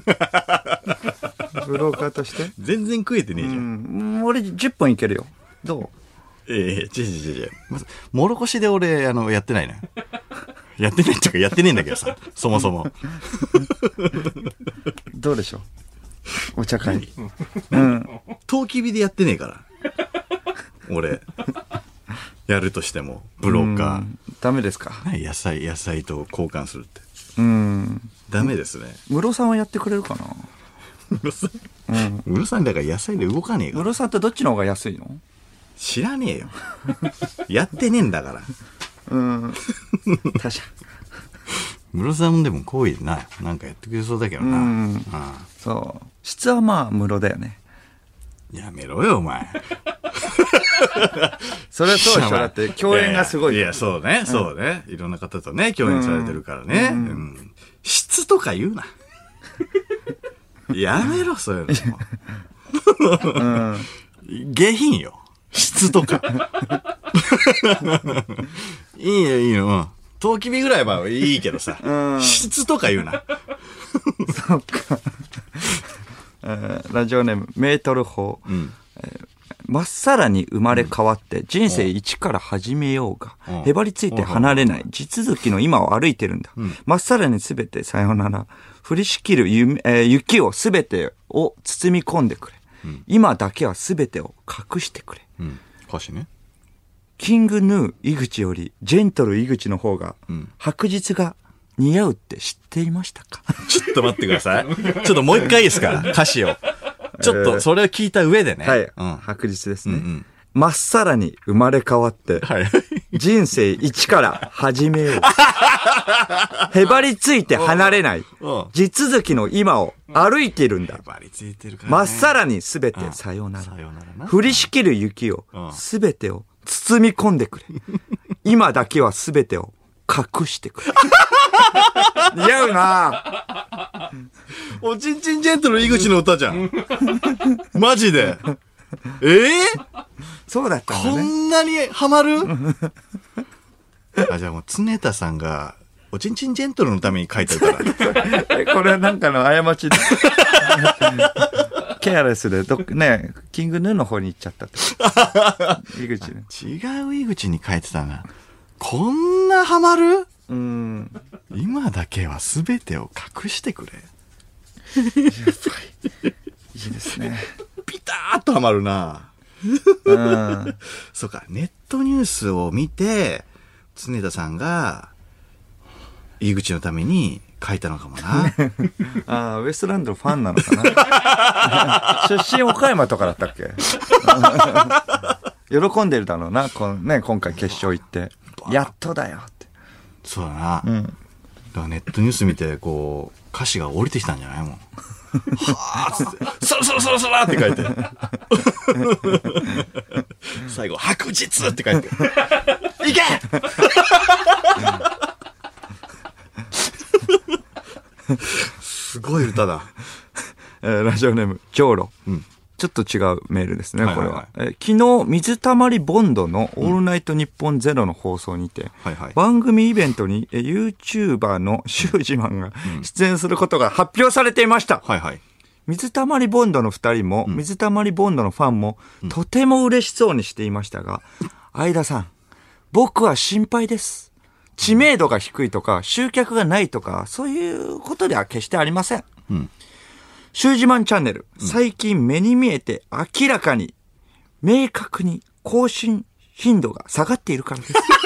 ブローカーとして全然食えてねえじゃん。 俺10本いけるよ。どう違う。まず、もろこしで俺、やってないな。やってないっていうか、やってねえんだけどさ、そもそも。 どうでしょうお茶会。 トウキビでやってねえから。俺。やるとしても、ブローカー。 ダメですか？ 野菜と交換するって。ダメですね。 ムロさんはやってくれるかな？ ムロさんだから野菜で動かねえから。 ムロさんってどっちの方が安いの？ 知らねえよ。やってねえんだから。 確かに。 ムロさんでも好意でなんかやってくれそうだけどな。 そう。質はまあムロだよね。 やめろよ、お前。 それはそうでしょ。だって共演がすごい。 いや、そうね。いろんな方とね、共演されてるからね。質とか言うな。 やめろ、そういうの。下品よ。質とか。いいよ、いいよ。トウキビぐらいはいいけどさ。質とか言うな。 そっか。ラジオネーム、メートル砲。まっさらに生まれ変わって人生一から始めようが、へばりついて離れない地続きの今を歩いてるんだ。まっさらにすべてさよなら。降りしきる雪をすべてを包み込んでくれ。今だけはすべてを隠してくれ。 歌詞ね。 キングヌー井口よりジェントル井口の方が白日が似合うって知っていましたか？ ちょっと待ってください。ちょっともう一回いいですか？歌詞を。ちょっとそれを聞いた上でね。 はい。白日ですね。まっさらに生まれ変わって、人生一から始めよう。へばりついて離れない、地続きの今を歩いているんだ。まっさらにすべてさよなら。降りしきる雪を、すべてを包み込んでくれ。今だけはすべてを隠してくれ。似合うな。 おちんちんジェントル井口の歌じゃん。マジで。 そうだったんだね。 こんなにハマる？じゃあもう常田さんがおちんちんジェントルのために書いてるから。 これなんかの過ちで。ケアレスでね、キングヌーの方に行っちゃったって。井口ね。 違う井口に書いてたな。こんなハマる？今だけは全てを隠してくれ。 いいですね。 ピターッとハマるな。そうか、ネットニュースを見て、常田さんが、井口のために書いたのかもな。 ウエストランドのファンなのかな。出身岡山とかだったっけ？喜んでるだろうな、今回決勝行って。やっとだよって。 そうだな。だからネットニュース見て、こう、歌詞が降りてきたんじゃないもん。はぁーつって、そろそろそろそろって書いて。最後、白日って書いて。いけすごい歌だ。 ラジオネーム、ジョーロ。ちょっと違うメールですね、これは。昨日、水溜りボンドのオールナイトニッポンゼロの放送にて、番組イベントに YouTuber のシュージマンが出演することが発表されていました。水溜りボンドの2人も、水溜りボンドのファンも、とても嬉しそうにしていましたが、相田さん、僕は心配です。知名度が低いとか、集客がないとか、そういうことでは決してありません。シュージマンチャンネル、最近目に見えて明らかに、明確に更新頻度が下がっているからです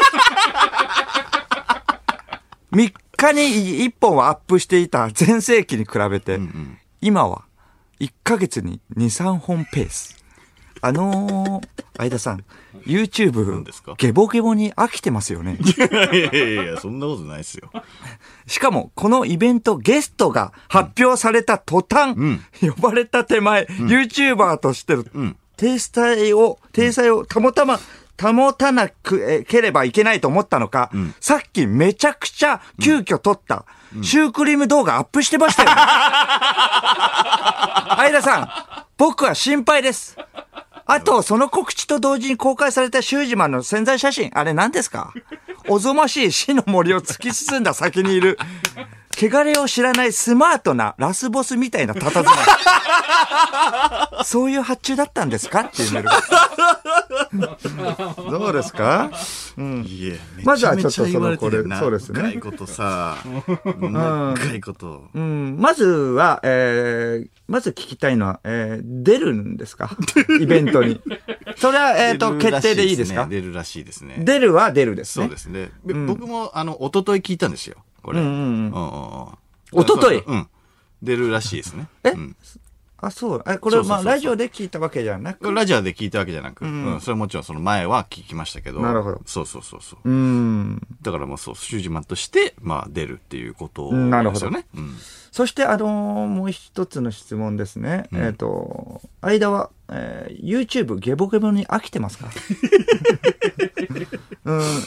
。3日に1本はアップしていた全盛期に比べて、今は1ヶ月に2、3本ペース。相田さん、YouTube、ゲボゲボに飽きてますよね。 いや、そんなことないですよ。 しかも、このイベント、ゲストが発表された途端、呼ばれた手前、YouTuber としての体裁を保たなければいけないと思ったのか、さっきめちゃくちゃ急遽撮った、シュークリーム動画アップしてましたよ。相田さん、僕は心配です。あと、その告知と同時に公開されたシュージマンの宣材写真、あれ何ですか？おぞましい死の森を突き進んだ先にいる、汚れを知らないスマートなラスボスみたいな佇まい。そういう発注だったんですかっていうメール。どうですか？ いえ、 まずはちょっとそうですね。 長いことさ、長いこと。 まずは、まず聞きたいのは、出るんですか？イベントに。それは、決定でいいですか？ 出るらしいですね。 出るは出るですね。 そうですね。僕も、一昨日聞いたんですよ。これ。 一昨日出るらしいですね。 そう。これ、ラジオで聞いたわけじゃなく。 ラジオで聞いたわけじゃなく。それはもちろんその前は聞きましたけど。 なるほど。 そう。だからもうシュージマンとして、出るっていうことですよね。なるほど。 そして、もう一つの質問ですね。間は、YouTube ゲボゲボに飽きてますか？こ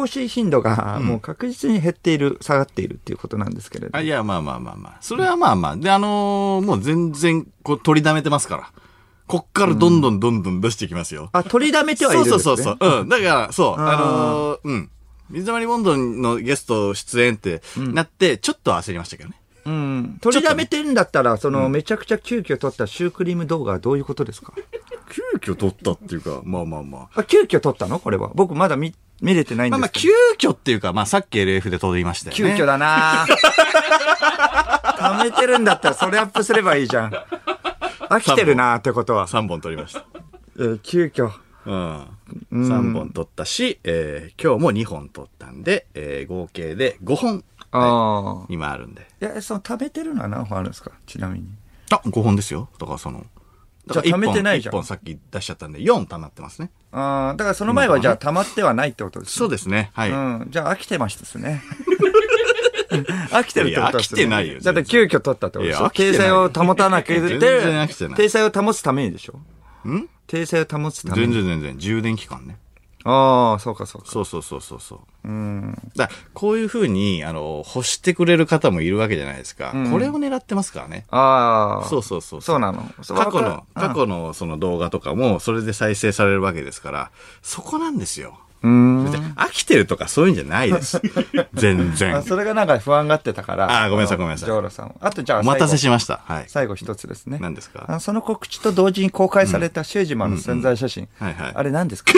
更新頻度がもう確実に減っている、下がっているっていうことなんですけれど。 いや、まあ。それはまあ。で、もう全然、取りだめてますから。こっからどんどん出していきますよ。 取りだめてはいるんですね。 そう。だから、そう、水溜りボンドのゲスト出演ってなって、ちょっと焦りましたけどね。 取りだめてるんだったら、めちゃくちゃ急遽撮ったシュークリーム動画はどういうことですか？ 急遽撮ったっていうか、まあ。 急遽撮ったのこれは。僕まだ見れてないんですけど。 急遽っていうか、さっき LF で撮りましたよね。 急遽だな貯めてるんだったらそれアップすればいいじゃん。飽きてるなってことは。 3本撮りました。 急遽。 3本撮ったし、今日も2本撮ったんで、合計で5本。今あるんで。 いや、食べてるのは何本あるんですかちなみに。 5本ですよ。だからじゃあ貯めてないじゃん。 1本さっき出しちゃったんで、4溜まってますね。 だからその前はじゃあ溜まってはないってことですね。 そうですね。はい。 じゃあ飽きてましたですね。飽きてるってことですね。 飽きてないよ。 だって急遽取ったってことでしょ。体裁を保たなきゃいけない。 全然飽きてない。 体裁を保つためにでしょ。体裁を保つために。 全然。充電期間ね。 そうか。 そう。だからこういう風に、欲してくれる方もいるわけじゃないですか。これを狙ってますからね。そう。 そうなの。 過去のその動画とかも、それで再生されるわけですから、そこなんですよ。飽きてるとかそういうんじゃないです。全然。 それがなんか不安がってたから。 ごめんなさい。 ジョーロさん。あとじゃあお待たせしました。はい。 最後一つですね。 何ですか？ その告知と同時に公開されたシュージマンの宣材写真。あれ何ですか？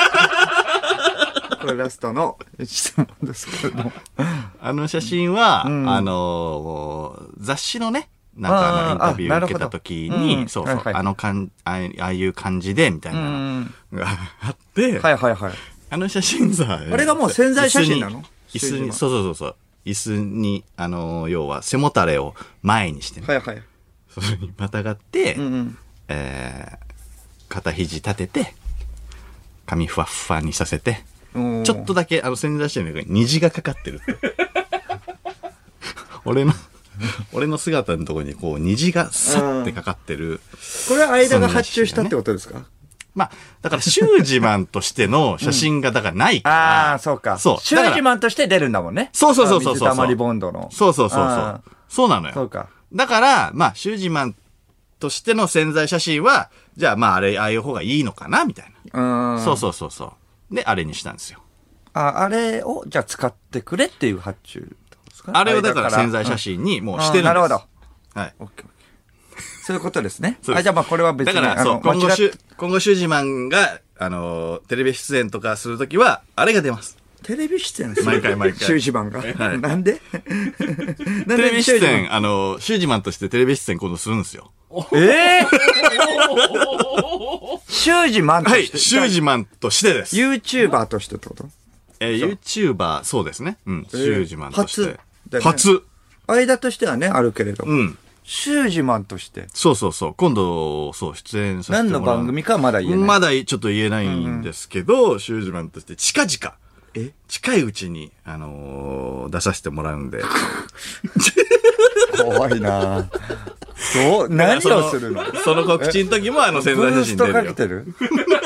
これラストの質問ですけれども。 写真は、雑誌のね、なんかインタビュー受けた時に、そう、ああいう感じで、みたいなのがあって、写真さ、 あれがもう宣材写真なの？ 椅子に、そう。椅子に、要は背もたれを前にしてね。それにまたがって、肩肘立てて、髪ふわっふわにさせて、ちょっとだけ宣材写真の中に虹がかかってるって。俺の姿のところにこう虹がさってかかってる。 これは間が発注したってことですか？ だから、シュージマンとしての写真が、だからないから。 そうか。 そう。 シュージマンとして出るんだもんね。 そう。 水溜りボンドの。 そう。そうなのよ。 そうか。 だから、シュージマンとしての宣材写真は、じゃあああいう方がいいのかなみたいな。そうで、あれにしたんですよ。 あれを、じゃあ使ってくれっていう発注ですか？ あれをだから宣材写真にもうしてるんです。 なるほど。 はい。 そういうことですね。じゃあこれは別に。 だから、今後シュージマンが、テレビ出演とかするときは、あれが出ます。 テレビ出演毎回。 シュージマンが。なんでテレビ出演、シュージマンとしてテレビ出演今度するんですよ。 シュージマンとして？ シュージマンとしてです。 YouTuber としてってこと ？YouTuber、そうですね。シュージマンとして。 初。間としてはね、あるけれど。シュージマンとして。 そう。今度、出演させてもらう。 何の番組かはまだ言えない。 まだちょっと言えないんですけど、シュージマンとして近々。近いうちに、出させてもらうんで。 怖いな何をするの？ その告知の時も宣材写真出るよ。 ブーストかけてる？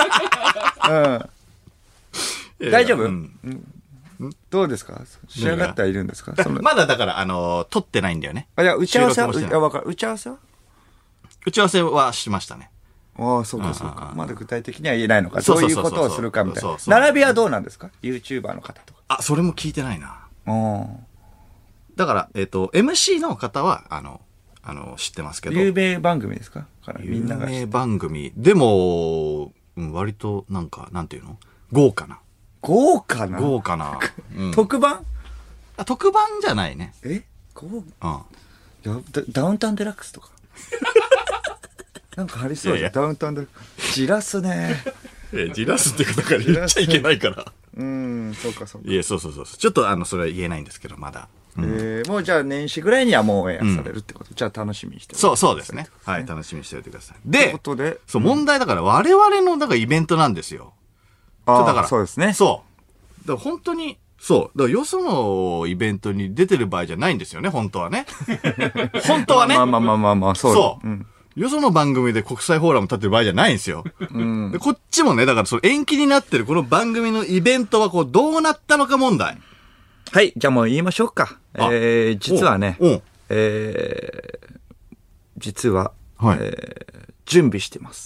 大丈夫？どうですか？仕上がってはいるんですか？ まだだから、撮ってないんだよね。 いや、打ち合わせは？打ち合わせは？ 打ち合わせはしましたね。 そうか。まだ具体的には言えないのか。どういうことをするかみたいな。並びはどうなんですか？ YouTuber の方とか。 それも聞いてないな。だから、MC の方は、知ってますけど。 有名番組ですか？ 有名番組。でも、割と、なんていうの？豪華な。 豪華な特番？ 特番じゃないね。 ダウンタウンデラックスとか。なんかありそうじゃん。ダウンタウンデラックス。じらすね。 じらすってことから言っちゃいけないから。 そうか。 いや、そう。ちょっとそれは言えないんですけど、まだ。 もうじゃあ年始ぐらいにはもうオンエアされるってこと。じゃあ楽しみにしておいてください。 そうですね。はい、楽しみにしておいてください。で、 そう、 問題だから我々の、だからイベントなんですよ。だから、 そうですね。 そう。だから本当に、だからよそのイベントに出てる場合じゃないんですよね、本当はね。本当はね。 まあ、そう。 よその番組で国際フォーラム立ってる場合じゃないんですよ。でこっちもね、だからその延期になってるこの番組のイベントはこうどうなったのか問題。 はい、じゃあもう言いましょうか。実はね、実は、 はい、 準備してます。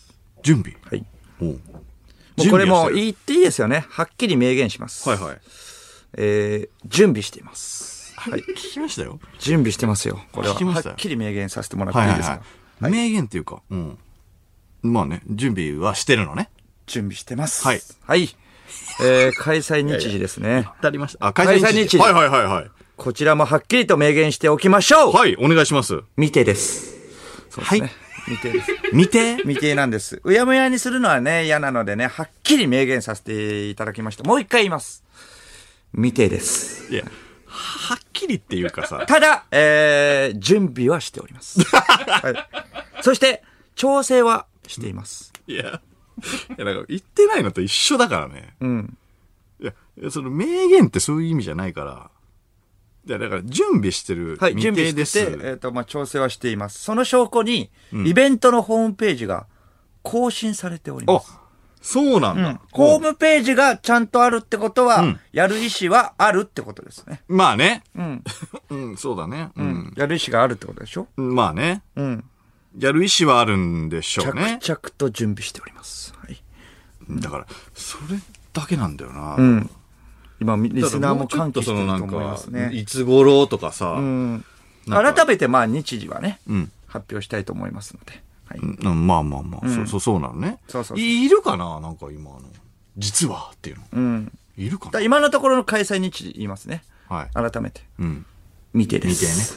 準備？ はい。もうこれも言っていいですよね。はっきり明言します。 はいはい。 準備しています。 はい。聞きましたよ。 準備してますよ。これは。はっきり明言させてもらっていいですか？ はい、明言っていうか、まあね、準備はしてるのね。 準備してます。 はい。 はい。開催日時ですね。 当たりました。 開催日時。 はいはいはいはい。 こちらもはっきりと明言しておきましょう。 はい、お願いします。 未定です。そうですね。はい。未定です。未定なんです。うやむやにするのはね、嫌なのでね、はっきり明言させていただきました。もう一回言います。未定です。 いや、はっきりっていうかさ。 ただ、準備はしております。はい。そして、調整はしています。 いや、なんか言ってないのと一緒だからね。いや、その明言ってそういう意味じゃないから。いや、だから準備してる。 はい、準備してて、まあ、調整はしています。その証拠に、イベントのホームページが更新されております。 そうなんだ。 ホームページがちゃんとあるってことは、やる意思はあるってことですね。 まあね。そうだね。 やる意思があるってことでしょ？ まあね。やる意思はあるんでしょうね。 着々と準備しております。はい。 だから、それだけなんだよな。 今、リスナーも歓喜してると思いますね。 いつ頃とかさ。 改めて、まあ、日時はね、発表したいと思いますので。はい、 まあまあまあ、そうなのね。いるかななんか今実はっていうの。いるかな今のところの開催日時言いますね。 はい。 改めて。未定です。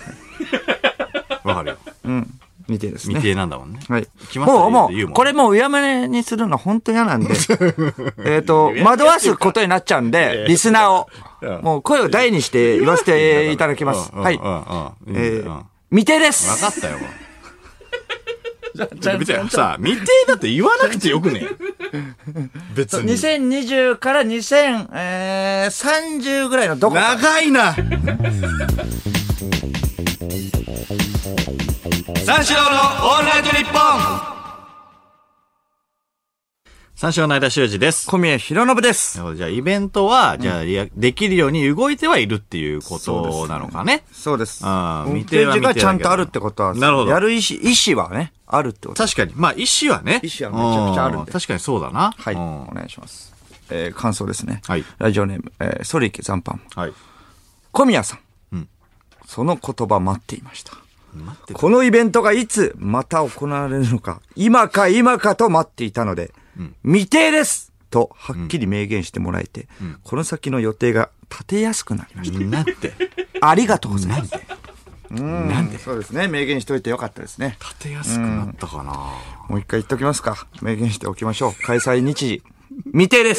未定ね。わかるよ。 未定ですね。 未定なんだもんね。 はい。もう、これもううやむやにするの本当嫌なんで。惑わすことになっちゃうんで、リスナーを。もう声を大にして言わせていただきます。はい。未定です。 わかったよ。別にさ、未定だって言わなくてよくね別に。 2020から2030ぐらいのどこか。 長いな三四郎のオールナイトニッポン。三四郎の間修二です。 小宮弘信です。 じゃあイベントは、じゃあできるように動いてはいるっていうことなのかね。 そうです。ホームページがちゃんとあるってことは、なるほど。やる意思はね、あるってこと。 確かに。まあ意思はね。 意思はめちゃくちゃあるんで。 確かにそうだな。 はい。お願いします。感想ですね。 はい。 ラジオネーム、ソリケ残飯。 はい。 小宮さん。その言葉待っていました。このイベントがいつまた行われるのか、今かと待っていたので、未定ですとはっきり明言してもらえて、この先の予定が立てやすくなりました。 なんてありがとうございます。 なんでそうですね。明言しといてよかったですね。 立てやすくなったかな。 もう一回言っときますか。明言しておきましょう。開催日時。未定です。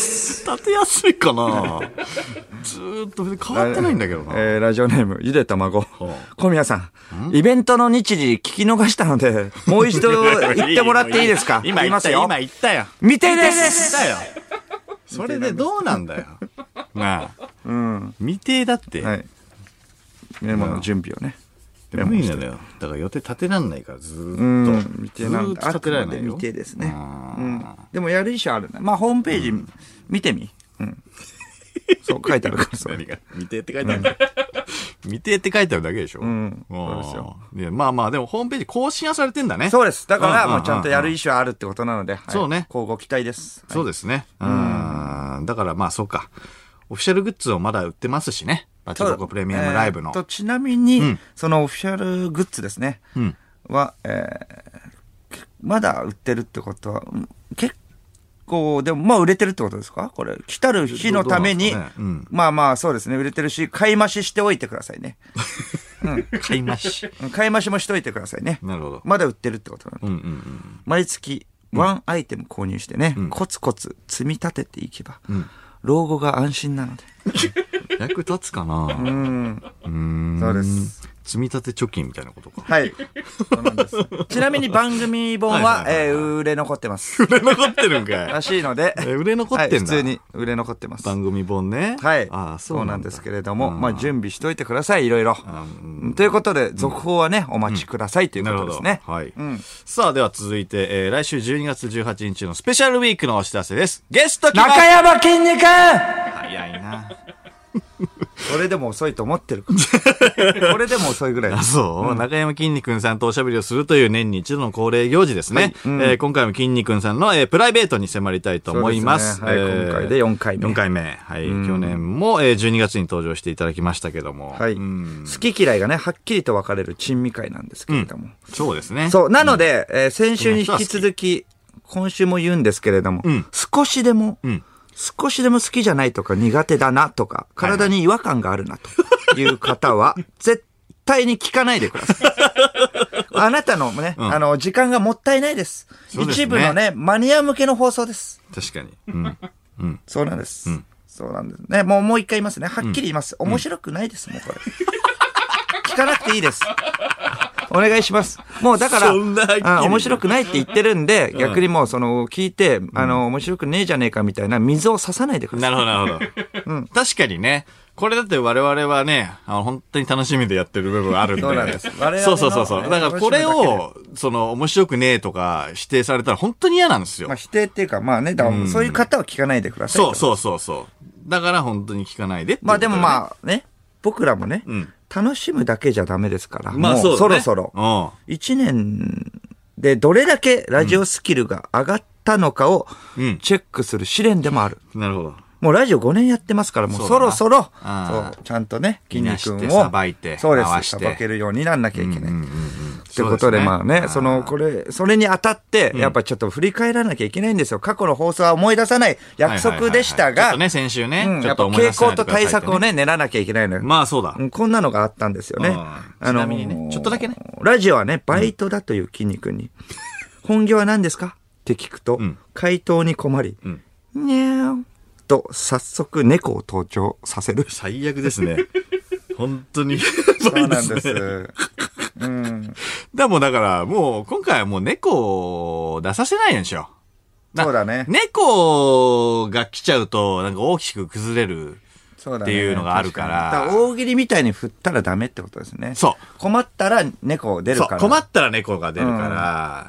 立てやすいかなずーっと変わってないんだけどな。 ラジオネーム、ゆで卵。小宮さん、イベントの日時聞き逃したので、もう一度言ってもらっていいですか？ 今言ったよ。 未定です。 それでどうなんだよ。なあ。未定だって。 はい。メモの準備をね。 無理なんだよ。だから予定立てらんないから、ずーっと。 未定なんだ。 立てられないよ。 未定ですね。でもやる意思あるね。まあ、ホームページ見てみ。そう書いてあるからさ。 何が未定って書いてある。未定って書いてあるだけでしょ。そうですよ。 いや、まあまあ、でもホームページ更新はされてんだね。 そうです。だから、まあちゃんとやる意思はあるってことなので。 そうね。 交互期待です。 そうですね。だからまあそうか。オフィシャルグッズをまだ売ってますしね。バチボコプレミアムライブの。 ちなみに、そのオフィシャルグッズですね。は、まだ売ってるってことは、結構、でもまあ売れてるってことですか？これ。来たる日のために、まあまあそうですね。売れてるし、買い増ししておいてくださいね。 買い増し。 買い増しもしといてくださいね。 なるほど。 まだ売ってるってことなので。毎月、ワンアイテム購入してね、コツコツ積み立てていけば、老後が安心なので。 役立つかなそうです。 積み立て貯金みたいなことか。 はい。そうなんです。ちなみに番組本は、売れ残ってます。 売れ残ってるんかい。 らしいので。 売れ残ってんだ。 普通に売れ残ってます。 番組本ね。 はい。そうなんですけれども、まあ準備しといてください、いろいろ。ということで、続報はね、お待ちくださいということですね。 はい。さあ、では続いて、来週12月18日のスペシャルウィークのお知らせです。ゲスト来ます。 中山きんに君。 早いな。 俺でも遅いと思ってるから。俺でも遅いぐらい。 あ、そう、中山きんに君さんとおしゃべりをするという年に一度の恒例行事ですね。今回もきんに君さんの、プライベートに迫りたいと思います。 はい、今回で4回目。 4回目。はい。去年も、12月に登場していただきましたけども。 はい。好き嫌いがね、はっきりと分かれる珍味会なんですけれども。 そうですね。 そう。なので、先週に引き続き、今週も言うんですけれども、少しでも好きじゃないとか苦手だなとか、体に違和感があるなという方は、絶対に聞かないでください。あなたのね、時間がもったいないです。一部のね、マニア向けの放送です。 確かに。 そうなんです。そうなんですね。もう一回言いますね。はっきり言います。面白くないです、もうこれ。聞かなくていいです。お願いします。もうだから、面白くないって言ってるんで、逆にもう聞いて、面白くねえじゃねえかみたいな水を差さないでください。 なるほど、なるほど。確かにね、これだって我々はね、本当に楽しみでやってる部分あるんで。 そうなんです。 そう。だからこれを、面白くねえとか否定されたら本当に嫌なんですよ。 まあ否定っていうか、まあね、そういう方は聞かないでください。 そう。だから本当に聞かないでって。 まあでもまあね、僕らもね、楽しむだけじゃダメですから。 まあそう、 そろそろ。1年でどれだけラジオスキルが上がったのかをチェックする試練でもある。 なるほど。 もうラジオ5年やってますから、もうそろそろ、ちゃんとね、きんに君を、 さばいて、 そうです、さばけるようになんなきゃいけない。ってことで、まあね、それにあたって、やっぱちょっと振り返らなきゃいけないんですよ。過去の放送は思い出さない約束でしたが、 ちょっとね、先週ね、 やっぱ傾向と対策をね、練らなきゃいけないのよ。 まあそうだ。 こんなのがあったんですよね。 ちなみにね、ちょっとだけね。 ラジオはね、バイトだというきんに君に、本業は何ですかって聞くと、回答に困り、にゃーと早速猫を登場させる。 最悪ですね。本当に。 そうなんです。 だからもう今回はもう猫を出させないんでしょ。 そうだね。 猫が来ちゃうとなんか大きく崩れるっていうのがあるから。 大喜利みたいに振ったらダメってことですね。 そう。 困ったら猫出るから。 困ったら猫が出るから。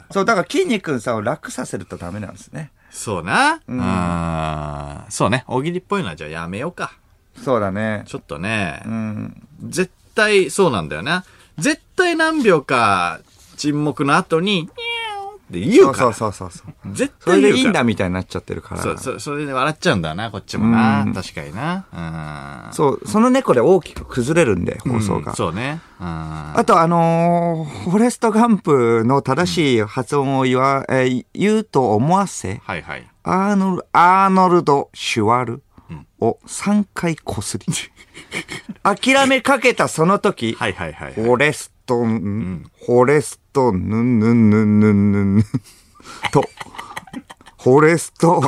そう、だから筋肉さんを楽させるとダメなんですね。 そうな。そうね。大喜利っぽいのはじゃあやめようか。 そうだね。 ちょっとね。絶対そうなんだよな。絶対何秒か沈黙の後に、って言うから。 そう。 絶対言うから。 それでいいんだみたいになっちゃってるから。 それで笑っちゃうんだな、こっちもな。確かにな。 そう、その猫で大きく崩れるんで、放送が。 そうね。 あとフォレストガンプの正しい発音を言うと思わせ、アーノルド・シュワルを3回こすり。諦めかけたその時、フォレスト、と、フォレスト、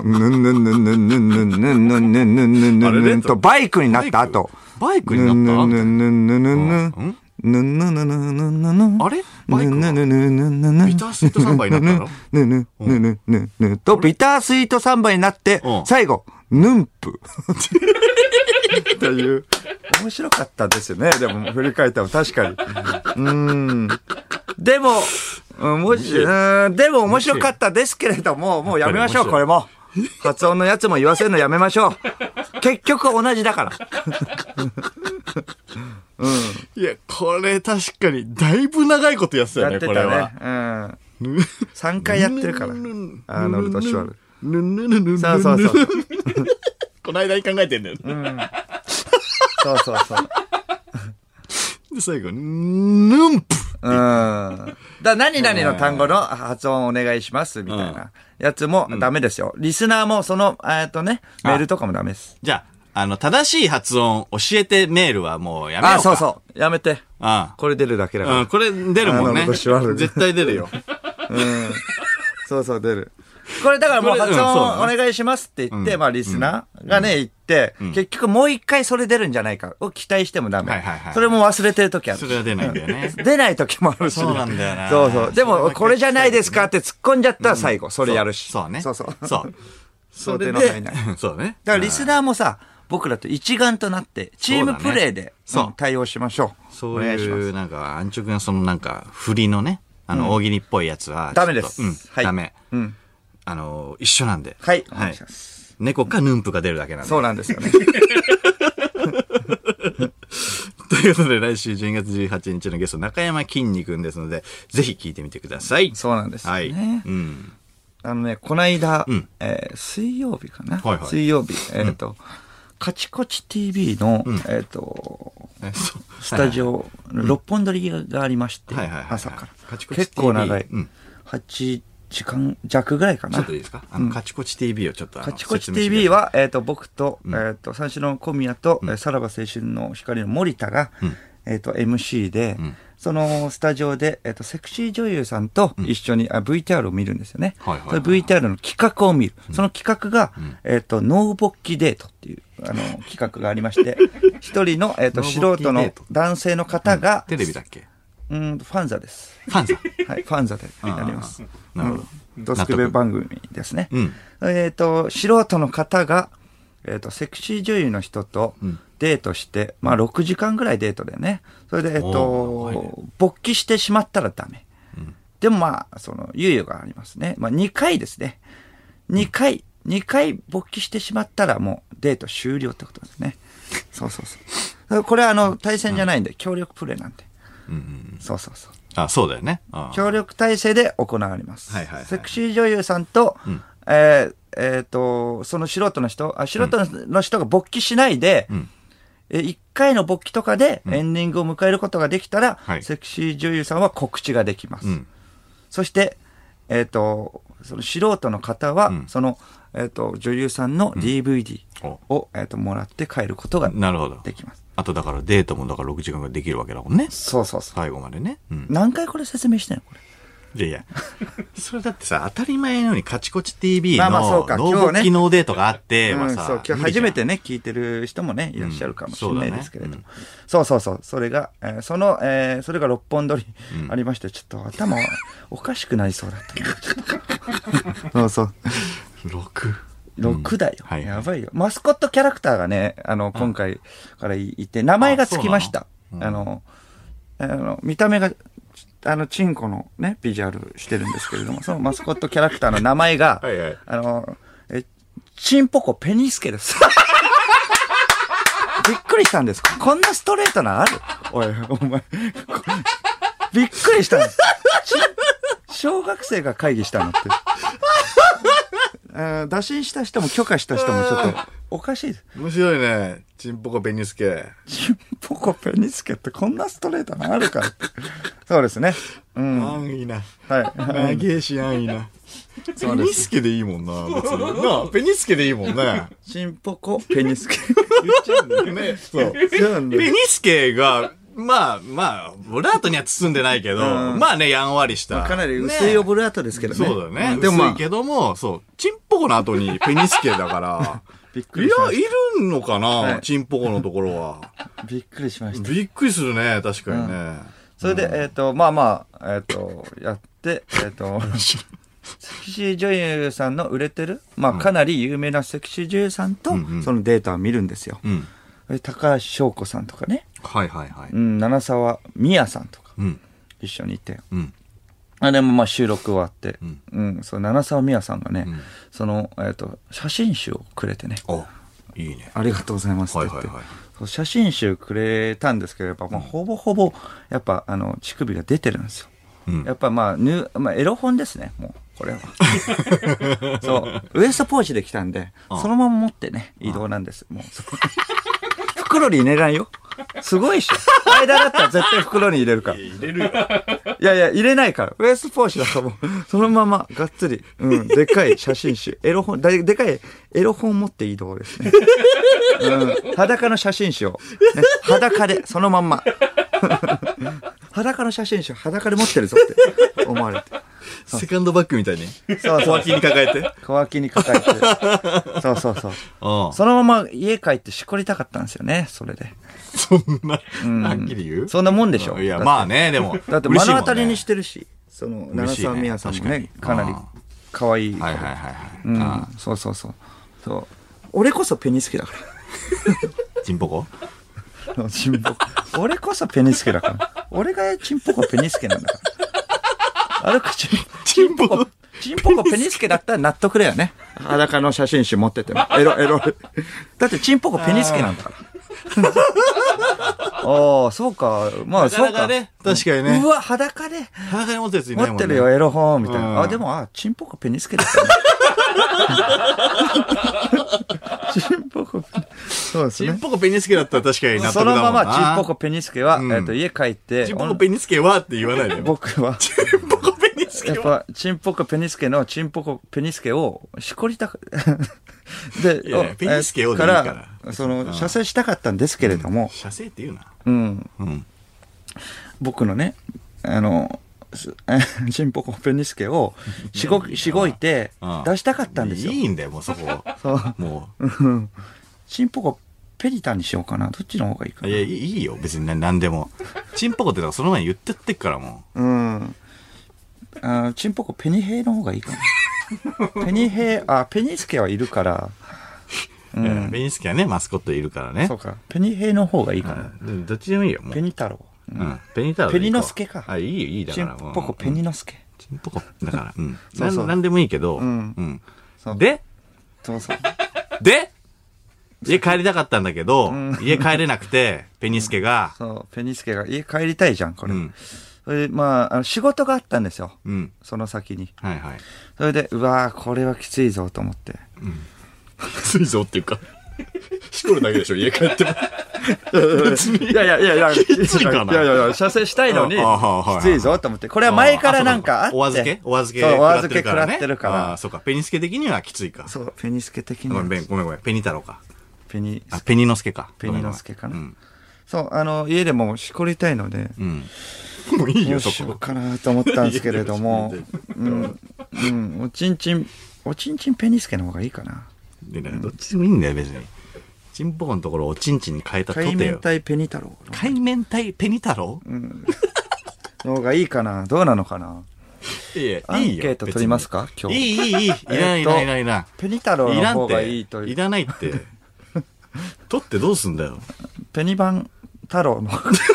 と、バイクになった後。 バイクになった後あれバイクはビタースイートサンバになったのと、ビタースイートサンバになって、最後、ヌンプ。という。面白かったですよね。でも、振り返っても確かに。でも、でも面白かったですけれども、もうやめましょう、これも。発音のやつも言わせるのやめましょう。結局同じだから。 いや、これ確かに、だいぶ長いことやってたよね、これは。 3回やってるから。アーノルド・シュワル。そう。 この間に考えてんだよ。 そう。 で、最後、ヌンプ。 何々の単語の発音お願いします、みたいなやつもダメですよ。リスナーもメールとかもダメです。 じゃあ、正しい発音教えてメールはもうやめようか。 そう。やめて。これ出るだけだから。 これ出るもんね。絶対出るよ。 そう、出る。 これだからもう発そう音だねお願いしますって言って、 うんまあリスナーがね、言って、 うん結局もう一回それ出るんじゃないかを期待してもダメ。 はいはいはいそれも忘れてる時ある。 それは出ないんだよね。 出ない時もあるし。 そうなんだよな。 そうそう。でも、これじゃないですかって突っ込んじゃったら最後、それやるし。 そうね。 そうそう。 そう。 想定の範囲内。 そうね。 だからリスナーもさ、僕らと一丸となって、チームプレーでそう対応しましょう。 そうお願いしますいう、なんか、安直なそのなんか、振りのね、大喜利っぽいやつは、 ダメですちょっとはいダメ。 うん。 一緒なんで。 はい。お願いします。 猫かヌンプが出るだけなんで。 そうなんですよね。 ということで、来週12月18日のゲスト、中山きんに君ですので、ぜひ聞いてみてください。 そうなんですよはい。 ね。 うん。 この間うん、 水曜日かなはいはい水曜日、カチコチ TV の、 そうスタジオ、六本撮りがありまして、 はいはいはいはい朝から。 カチコチ結構長い。 うん 8時間弱ぐらいかなちょっと。いいですかカチコチ TV をちょっとカチコチ説明して TV は、僕と、 ん三四郎の小宮と、さらば青春の光の森田が、 うん MC で、 んそのスタジオで、セクシー女優さんと一緒に、VTR を見るんですよね。 はいはいはいそれ VTR の企画を見る。その企画が、ノーボッキデートっていう、企画がありまして、一人の、 ボッキデ素ート人の男性の方が、 テレビだっけファンザです。 ファンザ。 はい、ファンザでやります。 なるほど。 ドスケベ番組ですね。 うん。 素人の方が、セクシー女優の人とうんデートして、まあ6時間ぐらいデートだよね。それで、 おーはい勃起してしまったらダメ。 うんでもまあ、猶予がありますね。まあ2回ですね。2回勃起してしまったらもうデート終了ってことですね。そうそうそう。これは対戦じゃないんで、協力プレーなんで。 うんうん。 そうそうそう。 あ、そうだよね。ああ協力体制で行われます。 はいはいはいセクシー女優さんと、 んその素人の人の人が勃起しないで、 うん 1回の勃起とかでエンディングを迎えることができたら、 はいセクシー女優さんは告知ができます。 うん。 そして、その素人の方は、 うんその、女優さんの DVD おを、もらって帰ることがなるほど。 できます。 あとだからデートもだから6時間ができるわけだもんね。 そうそうそう。 最後までね。うん。 何回これ説明してんのこれ。 いやいや。それだってさ、当たり前のようにカチコチ TV まあまあそうのかノーボッキノーデートがあって、 うん、 さそう、今日初めてね、聞いてる人もね、いらっしゃるかもしれないですけれども。 うんそうそうそう、それが、それが六本撮りありまして、ちょっと頭おかしくなりそうだったね。ちょっとそうそう。 6。 6だよ、 はいやばいよ。マスコットキャラクターがね、今回からいて、名前がつきました。見た目が、チンコのね、ビジュアルしてるんですけれども、そのマスコットキャラクターの名前が、 はいはいチンポコペニスケです。びっくりしたんです。こんなストレートなあるおい、お前。びっくりしたんです。小学生が会議したのって。打診した人も許可した人もちょっとおかしいです。 面白いね。チンポコペニスケ。 チンポコペニスケってこんなストレートなあるかって。そうですね。うん。 安易な。 はい。 長えし安易な。ペニスケでいいもんな、別に。なあ、ペニスケでいいもんね。 チンポコペニスケ。 言っちゃうんだよね。そう。ペニスケが、まあ、ブラートには包んでないけど、まあね、やんわりした。 かなり薄いオブラートですけどね。 そうだね。 でもまあ薄いけども、そう、チンポコの後にペニスケだから、 びっくりしまいや、 しいるのかな、 はいチンポコのところは。 た。びっくりしました。 びっくりするね、確かにね。 それで、まあまあ、やって、セクシー女優さんの売れてる、まあかなり有名なセクシー女優さんと、そのデータを見るんですよ。 うん。 高橋翔子さんとかね、 はいはいはい。 七沢美也さんとかうん。 一緒にいて、 うん。 でもまあ収録終わって、 うんその七沢美也さんがね、 んその、写真集をくれてね、 お、いいね。 ありがとうございますって言って、 はいはいはいそう写真集くれたんですけれども、ほぼほぼ、やっぱ、乳首が出てるんですよ。 うんやっぱまあ、エロ本ですね、もう、これは。そう、ウエストポーチで来たんで、そのまま持ってね、移動なんです。もう、袋に入れないよ。すごいっしょ。間だったら絶対袋に入れるから。 入れるよ。 いやいや、入れないから。ウエストポーチだともう、そのままがっつり、でかい写真集、エロ本、でかいエロ本持って移動ですね。裸の写真集を、ね、裸で、そのまんま。裸の写真集、裸で持ってるぞって思われて。 セカンドバッグみたいに。 そう小脇に抱えて。 小脇に抱えて。そうそうそう。そのまま家帰ってしこりたかったんですよね、それで。 そんな、はっきり言うそんなもんでしょ。 いや、まあね、でも。 だって目の当たりにしてるし、その、長澤美也さんもね、かなり可愛い。 はいはいはいはい。そうそうそう。そう。俺こそペニスケだから。 チンポコチンポコ。俺こそペニスケだから。俺がチンポコペニスケなんだから。あれか、チンポコペニスケだったら納得だよね。裸の写真集持ってても。エロ。だってチンポコペニスケなんだから。ああ、そうか。まあ、そうか。 ね。確かにね。 うわ、裸で。 裸で持ってるやついないもんね。 持ってるよ、エロ本みたいな。あ、でも、チンポコペニスケだったね。チンポコペニスケ。そうですね。 チンポコペニスケだったら確かに納得だもんな。 そのままチンポコペニスケは、家帰って。 チンポコペニスケはって言わないでよ。 僕は。 チンポコペニスケは。 やっぱ、チンポコペニスケのチンポコペニスケをしこりたく、で、 ペニスケをでいいから。 その、射精したかったんですけれども。 射精って言うな。 僕のね、チンポコペニスケをしごいて出したかったんですよ。 いいんだよ、もうそこ。 そう。 もう。チンポコペリタンにしようかな。どっちの方がいいかな。 いや、いいよ、別に何でも。チンポコってその前に言ってってっからもう。チンポコペニヘイの方がいいかな。ペニヘイ、ペニスケはいるから。 ペニスケはね、マスコットいるからね。 そうか。ペニヘイの方がいいかな。 どっちでもいいよ、もう。 ペニ太郎。 ペニ太郎。 ペニノスケか。 いいだから。 チンポコペニノスケ。 チンポコ、だから、なんでもいいけど、でそうそう。 で家帰りたかったんだけど、家帰れなくて、ペニスケが。 そう、ペニスケが家帰りたいじゃん、これ。それで、まあ、仕事があったんですよ。その先に。 はいはい。 それで、うわー、これはきついぞと思って。 きついぞっていうか、しこるだけでしょ、家帰っても。 いや、きついかな。いや、射精したいのに、きついぞと思って。これは前からなんかあって。 お預け食らってるから。 そうか、ペニスケ的にはきついか。 そう、ペニスケ的には。 ごめん、ペニ太郎か。 ペニノスケか。 ペニノスケかな。そう、家でもしこりたいので。 もういいよ、 どうしようかなと思ったんですけれども。おちんちんペニスケの方がいいかな。 どっちでもいいんだよ、別に。チンポコのところをおちんちんに変えたとてよ。 海面体ペニ太郎。 海面体ペニ太郎の方がいいかな。どうなのかな。アンケート取りますか今日。 いい。いらない。 ペニ太郎の方がいいと。 いらないって。取ってどうすんだよ。 ペニバン太郎の。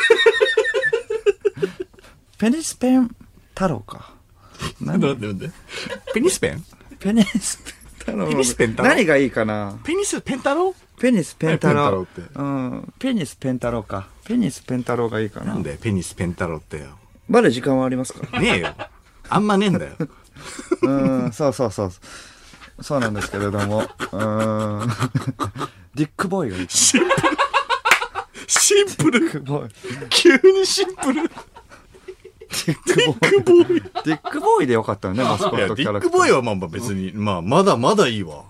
ペニスペン太郎か。 なんでペニスペンペニスペン太郎。 ペニスペン太郎何がいいかな。 ペニスペン太郎ペニスペン太郎。 ペニスペン太郎って。 ペニスペン太郎か。ペニスペン太郎がいいかな。 なんでペニスペン太郎ってよ。 まだ時間はありますか。 ねえよ。あんまねえんだよ。 そう。そうなんですけれども。ディックボーイがいい。 シンプル。 ディックボーイ。 急にシンプル。 ディックボーイでよかったよね、マスコットキャラクター。 ディックボーイはまあ別に、まだいいわ。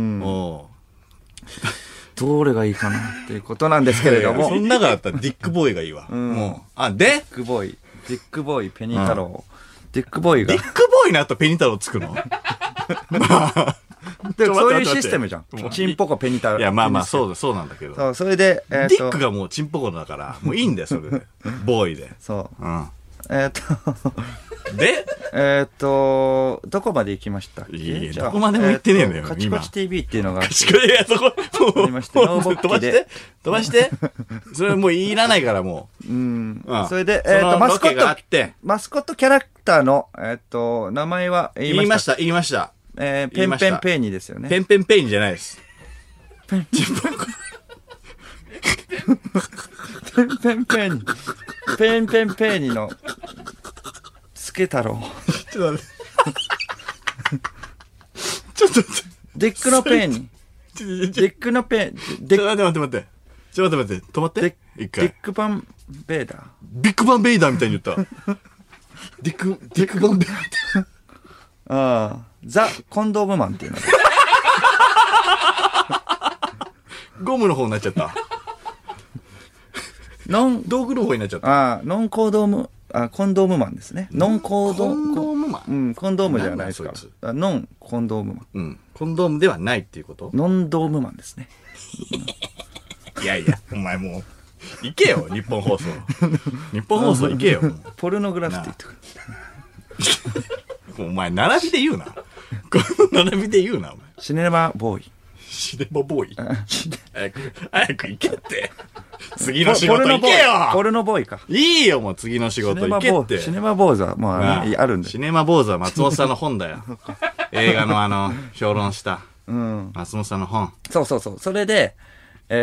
どれがいいかなっていうことなんですけれども。 そん中だったらディックボーイがいいわ。もう。でディックボーイ、ペニ太郎。ディックボーイが。 ディックボーイの後ペニ太郎つくのそういうシステムじゃん。チンポコペニ太郎。 いや、まあ、そうなんだけど。 そう、それで、 ディックがもうチンポコだから、もういいんだよ、それで。ボーイで。 そう。 でどこまで行きましたっけ。 いや、どこまでも行ってねえのよ、 カチコチ TV っていうのが。 いや、そこ、もう、飛ばして。それもういらないから、もう。 それで、マスコットキャラクターの、名前は言いました。 ペンペンペーニですよね。 ペンペンペーニじゃないです。 ペンペンペーニ。ペンペンペーニの、スケ太郎。 ちょっと待って。 ディックのペーニ。ディックのペーニ。 ちょっと待って。止まって。一回。 ディックバンベイダー。 ビッグバンベイダーみたいに言った。ディックバンベイダー。ザ・コンドームマンっていうの。 ゴムの方になっちゃった。道具の方になっちゃった。 ノンコンドームコンドームマンですね。ノンコンドーム。 コンドームマン。 うん、コンドームじゃないですから。ノンコンドームマン。 うん。コンドームではないっていうこと？ ノンドームマンですね。 いやいや、お前もう、行けよ、日本放送。日本放送行けよ。 ポルノグラフィティとか。 お前、並びで言うな。この並びで言うな、お前。 シネマボーイ。 シネマボーイ。早く行けって。次の仕事行けよ。 ポルノボーイか。 いいよ、もう次の仕事行けって。 シネマ坊主はもうあるんで。 シネマ坊主は松本さんの本だよ。映画の評論した。うん。松本さんの本。 そう。それで、チ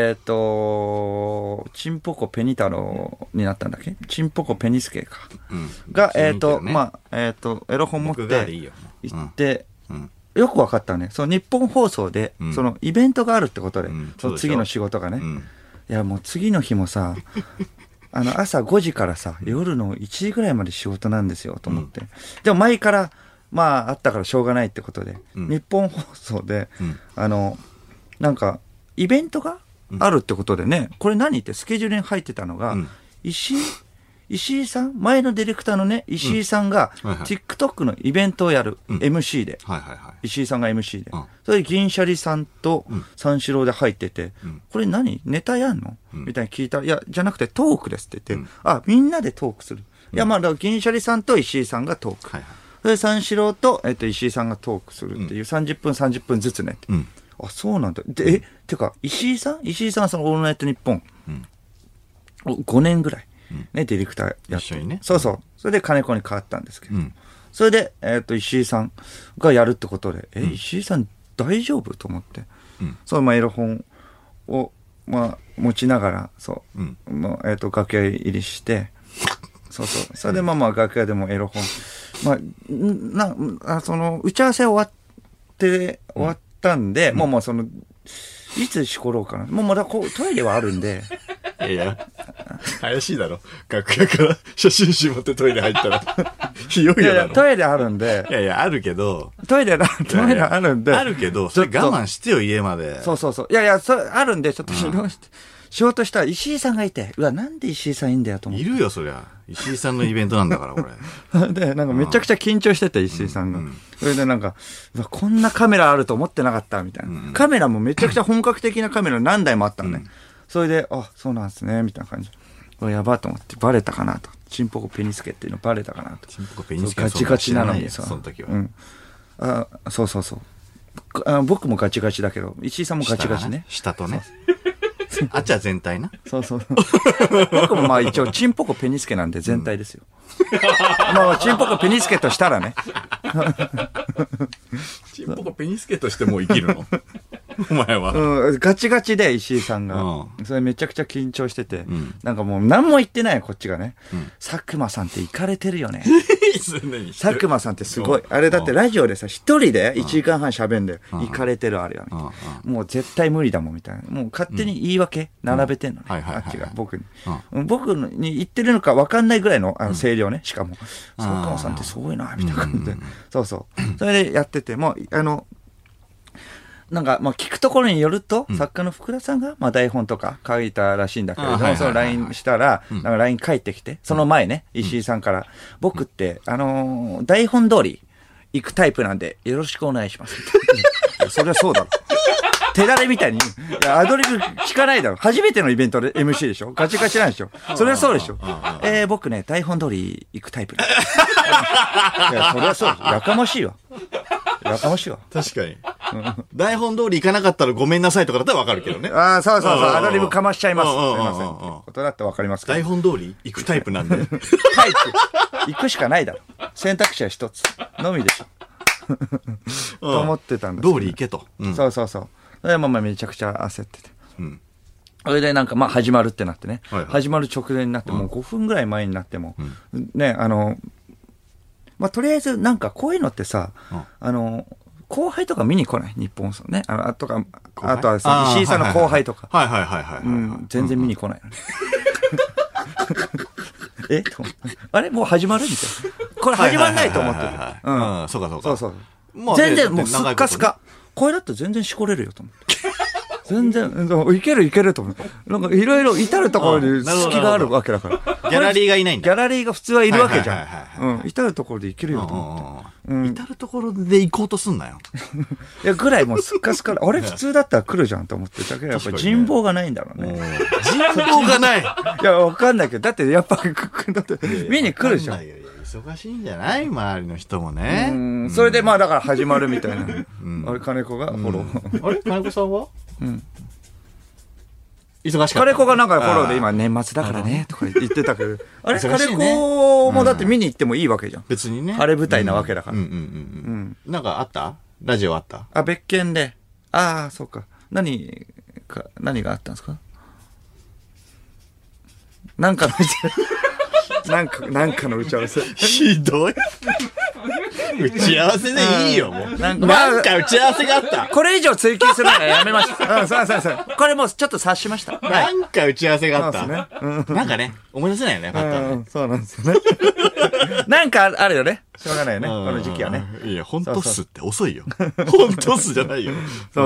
ンポコペニ太郎になったんだっけ？チンポコペニスケか。うん。が、エロ本持って行って、よくわかったね。その日本放送で、そのイベントがあるってことで、その次の仕事がね。いや、もう次の日もさ、朝5時からさ、夜の1時ぐらいまで仕事なんですよ、と思って。でも前から、あったからしょうがないってことで、日本放送で、なんか、イベントがあるってことでね、これ何ってスケジュールに入ってたのが、石井さん、前のディレクターのね、石井さんが、TikTok のイベントをやる、MC で。石井さんが MC で。それで銀シャリさんと三四郎で入ってて、これ何ネタやんのみたいに聞いたら、いや、じゃなくてトークですって言って、みんなでトークする。いや、だから銀シャリさんと石井さんがトーク。それで三四郎と、石井さんがトークするっていう30分30分ずつね。あ、そうなんだ。で、てか、石井さんはそのオールナイトニッポン。5年ぐらい。ね、ディレクターやって。ね。そう。それで金子に変わったんですけど。それで、石井さんがやるってことで、石井さん大丈夫と思って。そのエロ本を、持ちながら、楽屋入りして、それで楽屋でもエロ本。その、打ち合わせ終わったんで、もういつしころうかな。もうだトイレはあるんで。 いや、怪しいだろ。楽屋から写真集持ってトイレ入ったら。いよいよだろ。 トイレあるんで。 いや、あるけど。 トイレあるんで。 あるけど、それ我慢してよ、家まで。 そう。いや、それあるんで、ちょっと仕事したら石井さんがいて、なんで石井さんいいんだよと思って。 いるよ、そりゃ。石井さんのイベントなんだから、これ。で、なんかめちゃくちゃ緊張してて、石井さんが。それでなんか、こんなカメラあると思ってなかった、みたいな。カメラもめちゃくちゃ本格的なカメラ何台もあったのね。それで、そうなんですね、みたいな感じ。やばいと思って、バレたかなと。チンポコペニスケっていうのバレたかなと。 チンポコペニスケガチガチなのにさ。その時は。 そう。僕もガチガチだけど、石井さんもガチガチね。 下とね。あっちは全体な。 そう。僕も一応、チンポコペニスケなんで全体ですよ。チンポコペニスケとしたらね。 チンポコペニスケとしてもう生きるのお前は。 ガチガチで石井さんが。それめちゃくちゃ緊張してて。なんかもう何も言ってないこっちがね。佐久間さんって行かれてるよね。佐久間さんってすごい。あれだってラジオでさ、一人で1時間半喋んだよ。行かれてるあれは。もう絶対無理だもんみたいな。もう勝手に言い訳並べてんのね。あっちが僕に。僕に言ってるのか分かんないぐらいの声量ね。しかも。佐久間さんってすごいな、みたいな感じで。そう。それでやってて、もう、なんか、聞くところによると、作家の福田さんが、台本とか書いたらしいんだけれども、その LINE したら、なんか LINE 返ってきて、その前ね、石井さんから、僕って、台本通り行くタイプなんで、よろしくお願いします。そりゃそうだろ。手だれみたいに、アドリブ聞かないだろ。初めてのイベントで MC でしょ？ガチガチなんでしょ？それはそうでしょ？僕ね、台本通り行くタイプ。いや、それはそう。やかましいわ。 確かに。台本通り行かなかったらごめんなさいとかだったらわかるけどね。 そう。アドリブかましちゃいます。すいません。ことだってわかりますから。台本通り行くタイプなんで。タイプ。 行くしかないだろ。選択肢は一つ。のみでしょ。と思ってたんです通り行けと。 そう。それでめちゃくちゃ焦ってて。それでなんか始まるってなってね。始まる直前になって、もう5分ぐらい前になっても、ね、とりあえずなんかこういうのってさ、後輩とか見に来ない日本放送ね。あとは石井さんの後輩とか。全然見に来ないのね。あれもう始まるみたいな。これ始まんないと思ってる。 そうか。 そう。全然もうすっかすか。これだって全然しこれるよと思って。 全然、いけると思う。なんかいろいろ至るところに隙があるわけだから。 ギャラリーがいないんだ。 ギャラリーが普通はいるわけじゃん。至るところでいけるよと思って。 至るところで行こうとすんなよ。 いや、ぐらいもうすっかすかあれ普通だったら来るじゃんと思ってたけど、やっぱり人望がないんだろうね。 人望がない。 いや、わかんないけど、だってやっぱ、だって見に来るじゃん。 忙しいんじゃない周りの人もね。 それでまあだから始まるみたいな。あれ、金子がフォロー。 あれ金子さんは忙しかった。 金子がなんかフォローで今年末だからね、とか言ってたけど。あれ、金子もだって見に行ってもいいわけじゃん。 別にね。 晴れ舞台なわけだから。 なんかあったラジオあった？ 別件で。そうか。何があったんですか？なんかの打ち合わせ。 ひどい。打ち合わせでいいよ、もう。なんか打ち合わせがあった。 これ以上追求するのはやめました。そう。これもうちょっと察しました。 なんか打ち合わせがあった。なんかね、思い出せないよね、 そうなんですよね。なんかあるよね。しょうがないよね。この時期はね。 いや、ほんとっすって遅いよ。ほんとっすじゃないよ。 そう。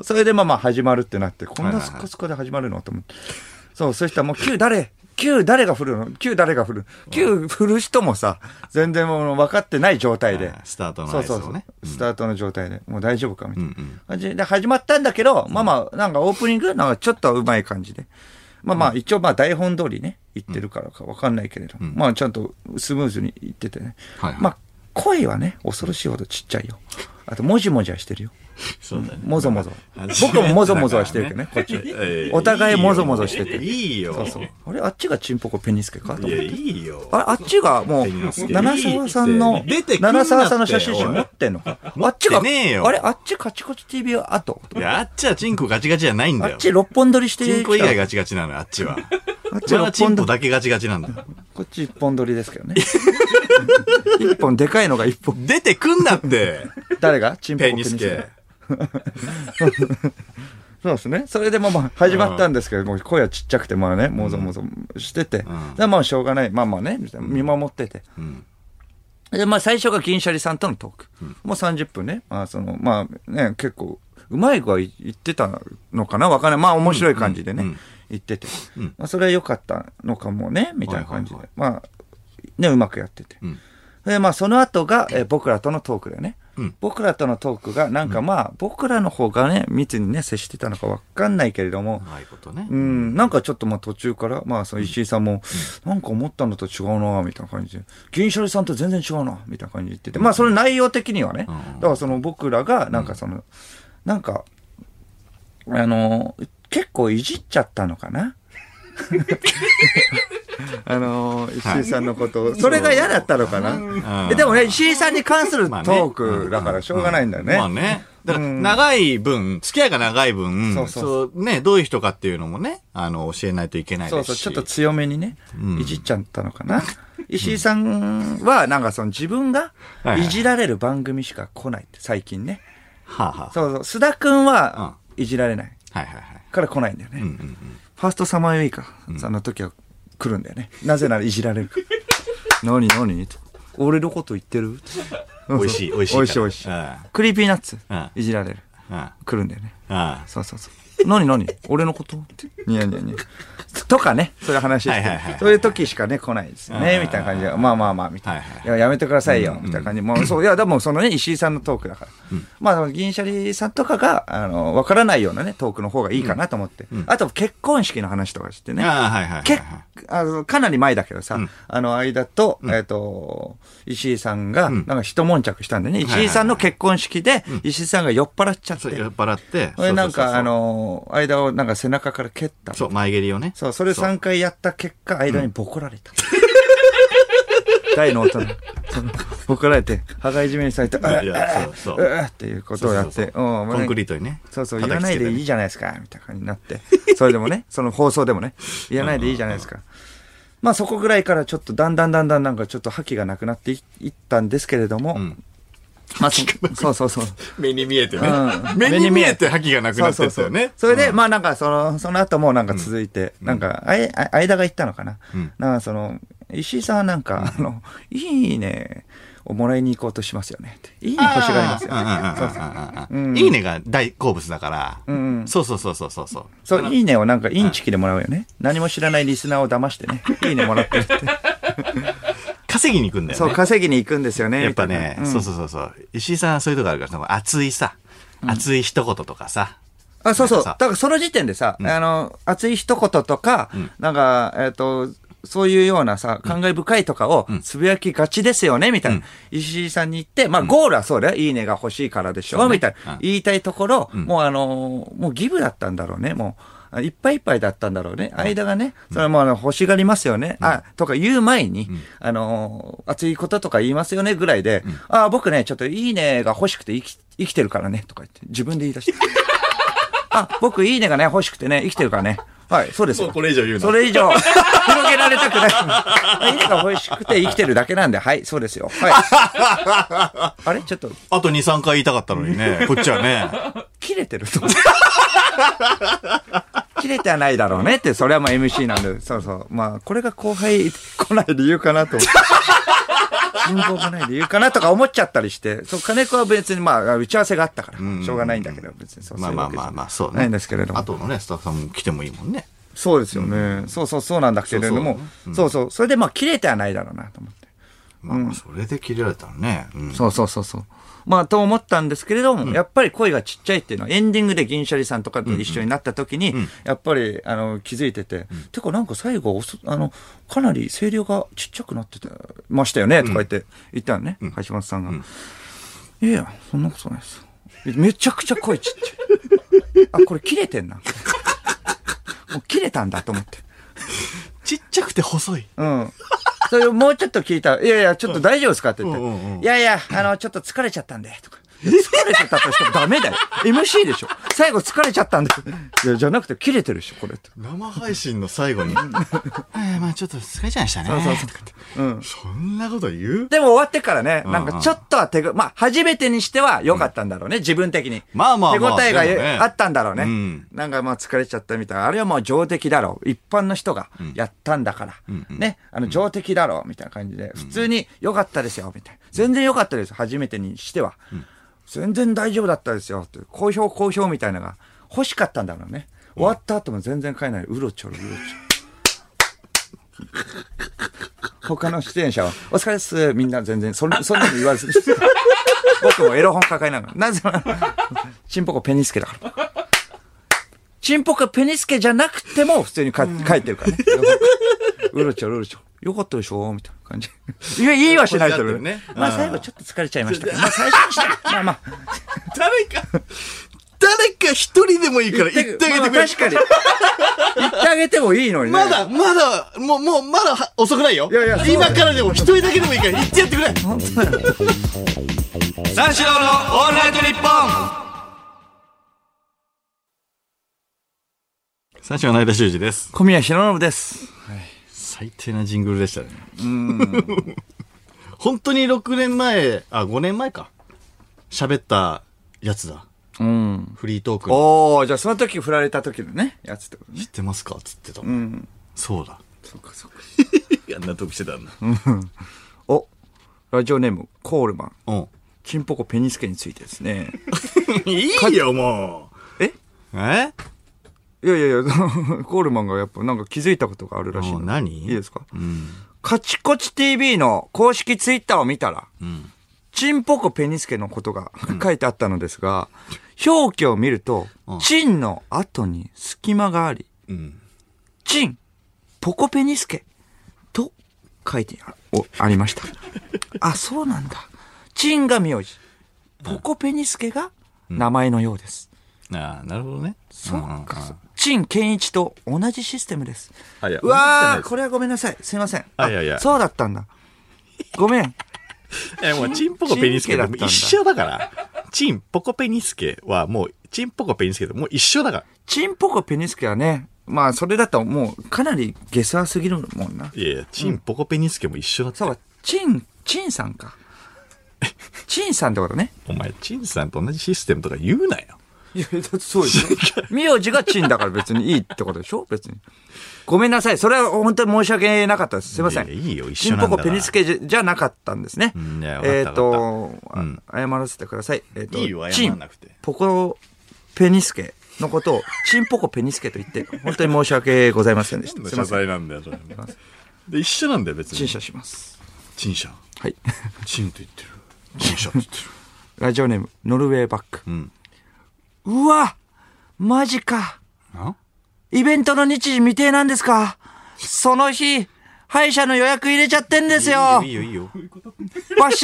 それでまあ始まるってなって、こんなスコスコで始まるのと思って。そうしたらもう9誰が振るの ?9 振る人もさ、全然もう分かってない状態で。 スタートの合図をね。 スタートの状態で。もう大丈夫かみたいな。で、始まったんだけど、なんかオープニングなんかちょっと上手い感じで。一応台本通りね、言ってるからか分かんないけれど。ちゃんとスムーズに言っててね。声はね、恐ろしいほどちっちゃいよ。あと、もじもじはしてるよ。 そうだね。 もぞもぞ。僕ももぞもぞはしてるけどね、こっち。お互いもぞもぞしてて。 いいよ。 そう。あれあっちがチンポコペニスケかと思って。 いいよ。 あっちがもう、七沢さんの写真集持ってんのか。あっちが、あれあっちカチコチ TV は後。 いや、あっちはチンコガチガチじゃないんだよ。 あっち6本撮りしてる。 チンコ以外ガチガチなのよ、あっちは。あっちはチンポだけガチガチなんだ。 こっち1本撮りですけどね。1本でかいのが1本。 出てくんなって。 誰がチンポコペニスケ。 そうですね。それで始まったんですけど、もう声はちっちゃくてもぞもぞしてて、しょうがない。ね、見守ってて。で、最初が銀シャリさんとのトーク。もう30分ね。結構、うまい子は言ってたのかなわかんない。面白い感じでね、言ってて。それは良かったのかもね、みたいな感じで。うまくやってて。で、その後が、僕らとのトークだよね。僕らとのトークが、なんか僕らの方がね、密にね、接してたのかわかんないけれども、なんかちょっと途中から、その石井さんも、なんか思ったのと違うなみたいな感じで、銀シャリさんと全然違うなみたいな感じで言ってて、それ内容的にはね、だからその僕らが、結構いじっちゃったのかな石井さんのことを、それが嫌だったのかな。でもね、石井さんに関するトークだからしょうがないんだよね。 だから長い分、付き合いが長い分、どういう人かっていうのもね、教えないといけないですし。 ちょっと強めにね、いじっちゃったのかな。石井さんは、自分がいじられる番組しか来ないって、最近ね。須田くんはいじられない。から来ないんだよね。ファーストサマーウイカさんの時は来るんだよね。なぜならいじられるから。何俺のこと言ってる美味しい。 クリーピーナッツいじられる。来るんだよね。そう。何俺のことってニヤニヤニヤとかね、そういう話して、そういう時しかね来ないですよねみたいな感じで、みたいな、やめてくださいよみたいな感じ。でもそのね石井さんのトークだから、銀シャリさんとかがわからないようなねトークの方がいいかなと思って、あと結婚式の話とかしてね、かなり前だけどさ、間と石井さんがなんか一悶着したんでね、石井さんの結婚式で石井さんが酔っ払っちゃって、間を背中から蹴った。 前蹴りをね。 それ3回やった結果、間にボコられた。大の大人。ボコられて、羽交い締めにされて、っていうことをやって、 コンクリートにね。 言わないでいいじゃないですか、みたいな感じになって。それでもね、その放送でもね、言わないでいいじゃないですか。そこぐらいからちょっとだんだんなんかちょっと覇気がなくなっていったんですけれども、そう。 目に見えてね。目に見えて覇気がなくなってたよね。 それで、その後も続いて、間が言ったのかな。石井さんはいいね。 をもらいに行こうとしますよねって。いいね欲しがりますよね。 いいねが大好物だから。そう。 そう、いいねをなんかインチキでもらうよね。何も知らないリスナーを騙してね。いいねもらってって。 稼ぎに行くんだよね。 そう、稼ぎに行くんですよね。 やっぱね、そう。石井さんはそういうとこあるから、熱い一言とかさ。 そう。だからその時点でさ、熱い一言とか、なんか、そういうようなさ、感慨深いとかをつぶやきがちですよね、みたいな。石井さんに言って、まあ、ゴールはそうだよ。いいねが欲しいからでしょ、みたいな。言いたいところ、もうギブだったんだろうね、もう。いっぱいいっぱいだったんだろうね。間がね。それはもう欲しがりますよね。とか言う前に、熱いこととか言いますよね、ぐらいで、僕ね、ちょっといいねが欲しくて生きてるからね、とか言って、自分で言い出して。僕いいねがね、欲しくてね、生きてるからね。はい、そうですよ。 これ以上言うの。 それ以上、広げられたくない。いいねが欲しくて生きてるだけなんで、はい、そうですよ。はい。あれちょっと。 あと2、3回言いたかったのにね、こっちはね。 切れてると。切れてはないだろうねって、それはまあ MC なんで、そう。まあ、これが後輩来ない理由かなと思って。進歩がない理由かなとか思っちゃったりして、金子は別にまあ、打ち合わせがあったから、しょうがないんだけど、別にそういうわけじゃないんですけれども。 あとのね、スタッフさんも来てもいいもんね。 そうですよね。そうなんだけれども、そう。それでまあ、切れてはないだろうなと思って。 まあ、それで切れられたらね。 そう。まあ、と思ったんですけれども、やっぱり声がちっちゃいっていうのは、エンディングで銀シャリさんとかと一緒になった時に、やっぱり、気づいてて、てかなんか最後、かなり声量がちっちゃくなってましたよね、とか言ったのね、橋本さんが。いや、そんなことないです。めちゃくちゃ声ちっちゃい。これ切れてんな。もう切れたんだと思って。 ちっちゃくて細い。 それをもうちょっと聞いたら、いや、ちょっと大丈夫ですかって言って。いや、ちょっと疲れちゃったんで、とか。疲れちゃったとしてもダメだよ。MC でしょ。最後疲れちゃったんで。いや、じゃなくて切れてるでしょ、これって。 生配信の最後に。まあちょっと疲れちゃいましたね。そう。そんなこと言う？ でも終わってからね、なんかちょっとはまあ初めてにしては良かったんだろうね、自分的に。 まあ。 手応えがあったんだろうね。なんかまあ疲れちゃったみたいな。あれはもう上出来だろう。一般の人がやったんだから。ね。上出来だろう。みたいな感じで。普通に良かったですよ。みたいな。全然良かったです。初めてにしては。全然大丈夫だったですよって好評みたいなのが欲しかったんだろうね。終わった後も全然変えない。うろちょろ。他の出演者はお疲れっす。みんな全然そんなに言わず僕もエロ本抱えながら。なぜならチンポコペニスケだから。チンポコペニスケじゃなくても普通に書いてるからね。うろちょろ。よかったでしょみたいな感じ。いいはしないとね。まあ最後ちょっと疲れちゃいましたけど。まあ最初にしたまあ。 誰か一人でもいいから言ってあげてくれ。 確かに。言ってあげてもいいのにね。 まだ遅くないよ。今からでも一人だけでもいいから言ってやってくれ。本当だよ。三四郎のオールナイトニッポン。三四郎の間修二です。 小宮浩信です。 最低なジングルでしたね。本当に6年前、5年前か。喋ったやつだ。フリートーク。 じゃあその時振られた時のね、やつってことね。 知ってますかつってた。そうだ。 そうか。 あんな得してたんだ。 ラジオネーム、コールマン。チンポコペニスケについてですね。 いいよ、もう。 いや、コールマンがやっぱなんか気づいたことがあるらしい。 何？ いいですか？カチコチ TV の公式ツイッターを見たら、チンポコペニスケのことが書いてあったのですが、表記を見ると、チンの後に隙間があり、チン、ポコペニスケと書いてありました。そうなんだ。チンが名字、ポコペニスケが名前のようです。 なるほどね。 そうか。陳健一と同じシステムです。うわー、これはごめんなさい。すいません。そうだったんだ。ごめん。 もうチンポコペニスケと一緒だから。チンポコペニスケはもう、チンポコペニスケともう一緒だから。 チンポコペニスケはね、まあそれだともうかなり下世話すぎるもんな。 いや、チンポコペニスケも一緒だった。 そう、チンさんか。チンさんってことね。 お前、チンさんと同じシステムとか言うなよ。 いや、だってそうですよ。名字が陳だから別にいいってことでしょ別に。ごめんなさい。それは本当に申し訳なかったです。すいません。 いいよ、一緒なんだから。 チンポコペニスケじゃなかったんですね。謝らせてください。 いいよ、謝らなくて。 チンポコペニスケのことを、チンポコペニスケと言って、本当に申し訳ございませんでした。すいません。 なんだよ、それ。で、一緒なんだよ、別に。 陳謝します。 陳謝。 はい。 チンと言ってる。陳謝って言ってる。 ラジオネーム、ノルウェーバック。うわマジか。イベントの日時未定なんですか？その日、歯医者の予約入れちゃってんですよ。 いいよ、いいよ。 バッシ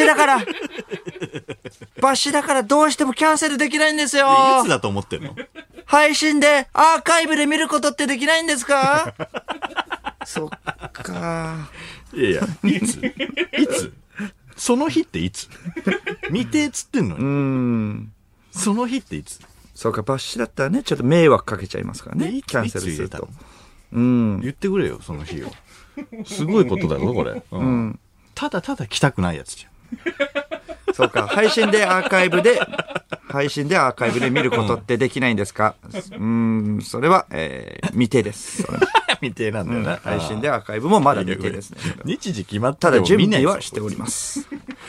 ュだからどうしてもキャンセルできないんですよ。 いつだと思ってんの？ 配信でアーカイブで見ることってできないんですか？そっか。 いやいや、いつその日っていつ？未定っつってんのに。その日っていつ？ そうか、バッシュだったらね、ちょっと迷惑かけちゃいますからね。キャンセルすると。 言ってくれよ、その日を。すごいことだろ、これ。ただただ来たくないやつじゃん。そうか、配信でアーカイブで見ることってできないんですか？それは、未定です。 未定なんだよな。 配信でアーカイブもまだ未定ですね。 日時決まったただ準備はしております。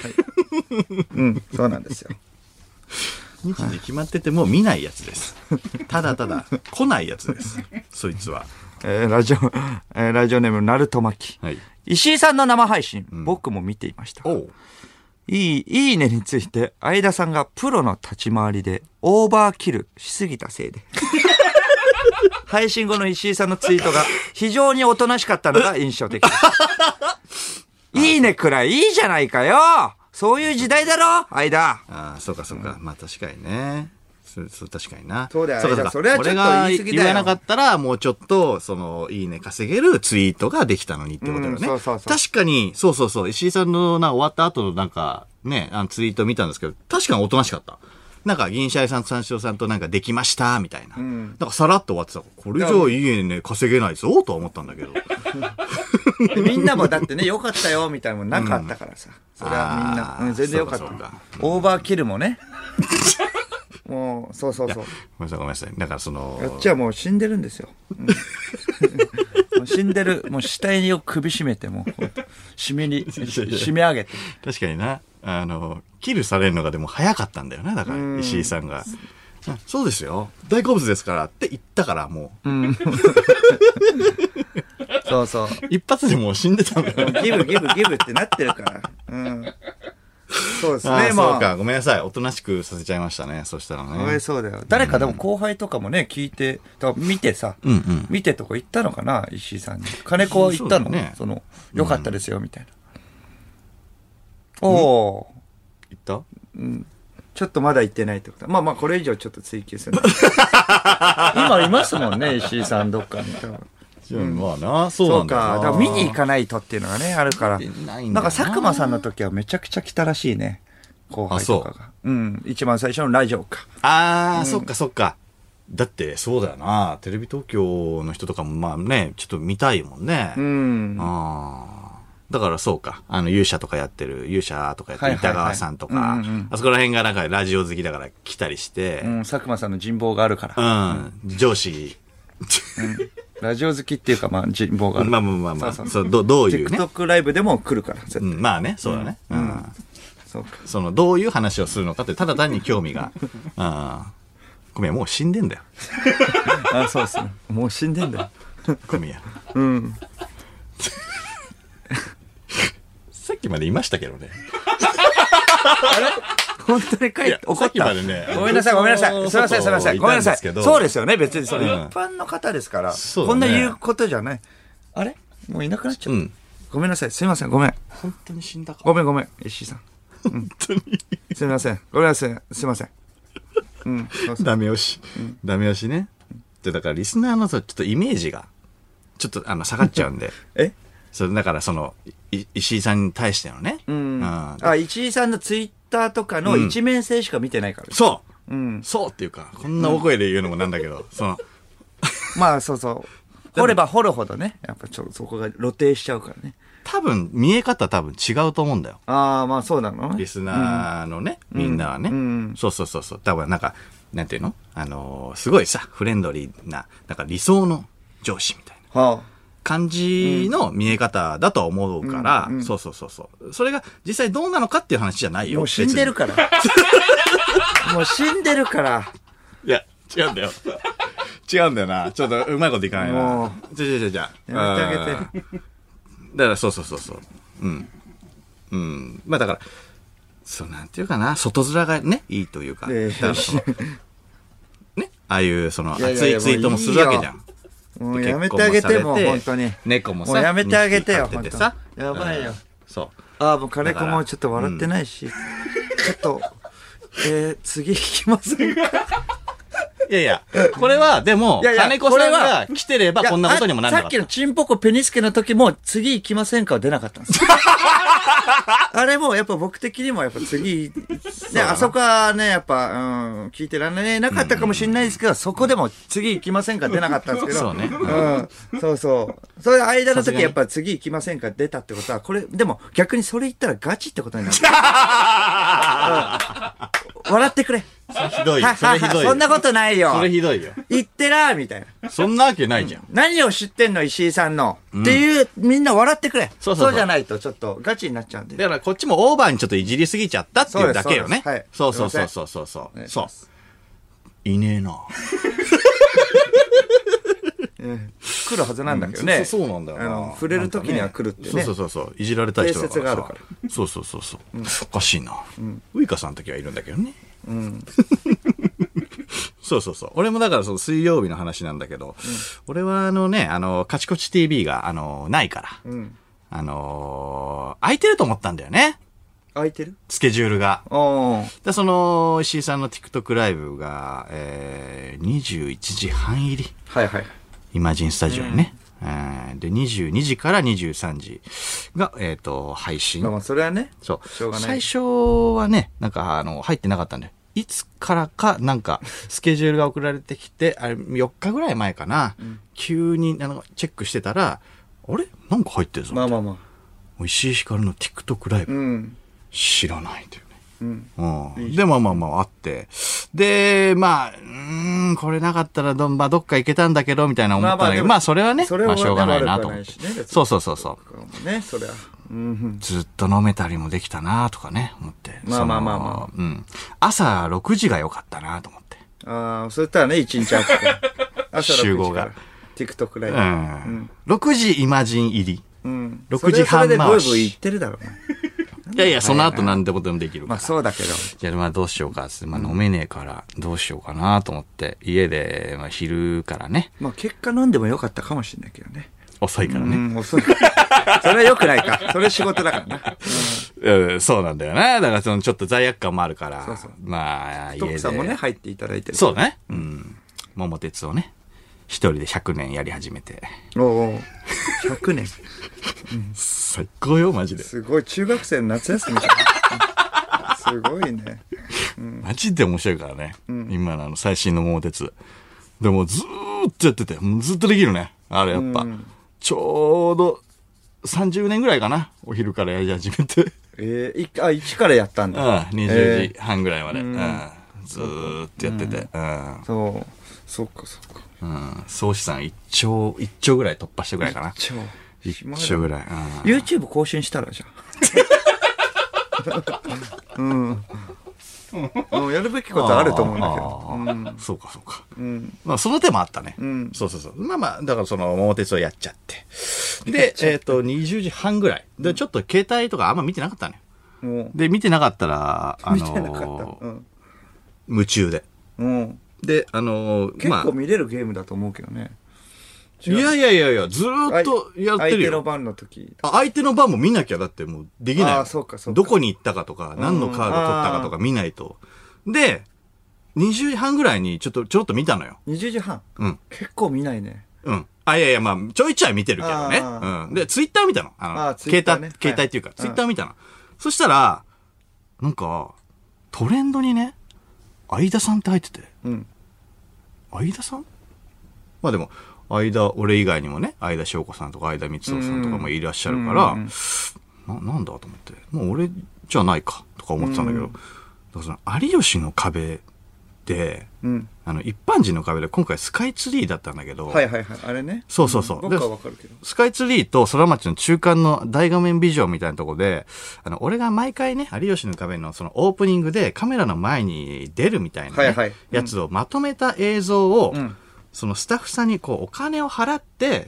そうなんですよ。 日時決まってても見ないやつです。ただただ来ないやつです。そいつは。 ラジオネーム、ナルトマキ。石井さんの生配信、僕も見ていました。いいねについて、相田さんがプロの立ち回りでオーバーキルしすぎたせいで。配信後の石井さんのツイートが非常におとなしかったのが印象的です。いいねくらいいいじゃないかよ。そういう時代だろ相田。 ああ、そうかそうか。まあ確かにね。確かにな。 そうだよ。それはちょっと言い過ぎだよ。俺が言わなかったら、もうちょっと、いいね稼げるツイートができたのにってことだよね。確かに、そう。石井さんの終わった後のね、ツイート見たんですけど、確かにおとなしかった。銀シャリさんと三四郎さんとできました、みたいな。さらっと終わってた。これじゃあいいね稼げないぞ、とは思ったんだけど。 みんなもだってね、よかったよ、みたいなのもなかったからさ。それはみんな、全然よかった。オーバーキルもね。もう、そう。ごめんなさい。だからやっちゃもう死んでるんですよ。もう死んでる。もう死体を首絞めて、もう、締め上げて。 確かにな。キルされるのがでも早かったんだよね。だから、石井さんが。そうですよ。大好物ですからって言ったから、もう。 そう。 一発でもう死んでたんだよ。 ギブってなってるから。そうですね。 そうか。ごめんなさい。おとなしくさせちゃいましたね。そしたらね。 そうだよ。誰かでも後輩とかもね、聞いて、見てさ、見てとか言ったのかな、石井さんに。金子は言ったのね。よかったですよ、みたいな。おー。 言った？ ちょっとまだ言ってないってこと。まあ、これ以上ちょっと追求する。今いますもんね、石井さんどっかに。 まあな、そうなんだよな。 だから見に行かないとっていうのがね、あるから。佐久間さんの時はめちゃくちゃ来たらしいね。後輩とかが。一番最初のラジオか。 そっか。だって、そうだよな。テレビ東京の人とかもまあね、ちょっと見たいもんね。だからそうか。勇者とかやってる板川さんとか、あそこら辺がラジオ好きだから来たりして。 佐久間さんの人望があるから。 上司。 ラジオ好きっていうか、人望がある。 まあ。そう、どういうね。 TikTok ライブでも来るから、絶対。 まあね、そうだね。 そうか。 どういう話をするのかって、ただ単に興味が。小宮もう死んでんだよ。 そうっすね。もう死んでんだよ。 小宮。さっきまでいましたけどね。 あれ本当に怒った。 さっきまでね。 ごめんなさい。すいません。ごめんなさい。そうですよね。別に一般の方ですから。こんな言うことじゃない。あれもういなくなっちゃった。ごめんなさい。すいません。ごめん。 本当に死んだか。 ごめん。石井さん。 本当に。 すいません。ごめんなさい。すいません。 ダメ押しね。だからリスナーのちょっとイメージが、ちょっと下がっちゃうんで。だから石井さんに対してのね。 石井さんのツイッターとかの一面性しか見てないから。 そう。そうっていうか、こんな大声で言うのもなんだけど、 まあ、そう。掘れば掘るほどね、やっぱそこが露呈しちゃうからね。 多分、見え方違うと思うんだよ。 まあそうなのね。 リスナーのね、みんなはね。そう。多分なんていうのすごいさ、フレンドリーな、なんか理想の上司みたいな。 はあ。 感じの見え方だとは思うから、そうそうそうそう。それが実際どうなのかっていう話じゃないよ。 もう死んでるから。もう死んでるから。 いや、違うんだよ。違うんだよな。ちょっとうまいこといかないな。じゃ。 やめてあげて。 だからそうそうそうそう。まあだから、そうなんていうかな、外面がね、いいというか。だからそのね、ああいうその熱いツイートもするわけじゃん。 もうやめてあげて、もう本当に。 猫もさ、 もうやめてあげてよ、 本当さ。 やばいよ。 そう。 ああ、もう金子もちょっと笑ってないし。ちょっと、次行きませんか？ いやいや、これは、でも、金子さんが来てればこんなことにもならなかった。 さっきのチンポコペニスケの時も、次行きませんかは出なかったんですよ。あれも、やっぱ僕的にも、やっぱ次、ね、あそこはね、やっぱ、聞いてられなかったかもしれないですけど、そこでも次行きませんか出なかったんですけど。 そうね。 そうそう。それ間の時やっぱ次行きませんか出たってことは、これ、でも逆にそれ言ったらガチってことになる。笑ってくれ。 ひどいよ。それひどいよ。 そんなことないよ。 それひどいよ。 言ってらみたいな。 そんなわけないじゃん。 何を知ってんの石井さんの。っていう、みんな笑ってくれ。そうじゃないとちょっとガチになっちゃうんで。 だからこっちもオーバーにちょっといじりすぎちゃったっていうだけよね。そうそうそうそうそう。そう。いねえな。 来るはずなんだけどね。 そうなんだよな。 触れる時には来るってね。 そう。いじられたい人だから。 定説があるから。 そう。おかしいな。ウイカさんの時はいるんだけどね。そう。俺もだからその水曜日の話なんだけど、俺はカチコチ TV がないから、空いてると思ったんだよね。 空いてる？ スケジュールが。 で、 その、石井さんの TikTok ライブが、21時半入り。 はい。 イマジンスタジオにね。で、22時から23時が、配信。 まあそれはね。 そう。 しょうがない。 最初はね、なんか、入ってなかったんで、いつからか、なんか、スケジュールが送られてきて、あれ、4日ぐらい前かな。急に、チェックしてたら、あれなんか入ってるぞ。 まあ。 石井ひかるの TikTok ライブ。知らないというね。 いいで、まあ、あって。で、これなかったらどっか行けたんだけど、みたいな思ったんだけど、それはね、しょうがないなと思って。そう。 ね、そりゃ。 ずっと飲めたりもできたなとかね、思って。 まあ。 朝6時が良かったなと思って。 そういったらね、1日あって。朝6時集合が。 TikTok ライブ。6時イマジン入り。6時半回し。 それでブイブイ言ってるだろうね。 いや、その後何でもでもできるから。 そうだけど。 じゃあ、どうしようか。飲めねえから、どうしようかなと思って、家で、昼からね。 結果飲んでもよかったかもしれないけどね。 遅いからね。 遅い。それは良くないか。それ仕事だからな。そうなんだよね。だから、ちょっと罪悪感もあるから。家で。 徳さんもね、入っていただいてる。 そうね。桃鉄をね、一人で100年やり始めて。 100年。 最高よ、マジで。 すごい、中学生の夏休みじゃん。すごいね。 マジで面白いからね。今の最新の桃鉄。でもずーっとやってて、ずっとできるね。あれやっぱ。ちょうど30年ぐらいかな。お昼からやり始めて。 一からやったんだ。 20時半ぐらいまで。ずーっとやってて。 そっか。 総資産1兆ぐらい突破したぐらいかな。1兆ぐらい。 YouTube 更新したらじゃあ。やるべきことあると思うんだけど。 そうか。その手もあったね。そう。だからその桃鉄をやっちゃって。で、20時半ぐらい。で、ちょっと携帯とかあんま見てなかったね。で、見てなかったら、夢中で。で、 結構見れるゲームだと思うけどね。 いや、ずーっとやってるよ。 相手の番の時。 相手の番も見なきゃだってもうできない。 そうか。 どこに行ったかとか、何のカード取ったかとか見ないと。で、20時半ぐらいにちょっと見たのよ。 20時半？結構見ないね。 ちょいちょい見てるけどね。で、ツイッター見たの。携帯っていうか、ツイッター見たの。そしたら、なんか、トレンドにね、相田さんって入ってて。相田さん？でも、俺以外にもね、相田翔子さんとか相田光夫さんとかもいらっしゃるから、なんだと思って、もう俺じゃないか、とか思ってたんだけど、だからその、有吉の壁っで、一般人の壁で今回スカイツリーだったんだけど。 はいはいはい。あれね。 そうそうそう。 僕はわかるけど。 スカイツリーと空町の中間の大画面ビジョンみたいなところで、俺が毎回ね、有吉の壁のそのオープニングでカメラの前に出るみたいな、ね、 はいはい、 やつをまとめた映像を、そのスタッフさんにこうお金を払って、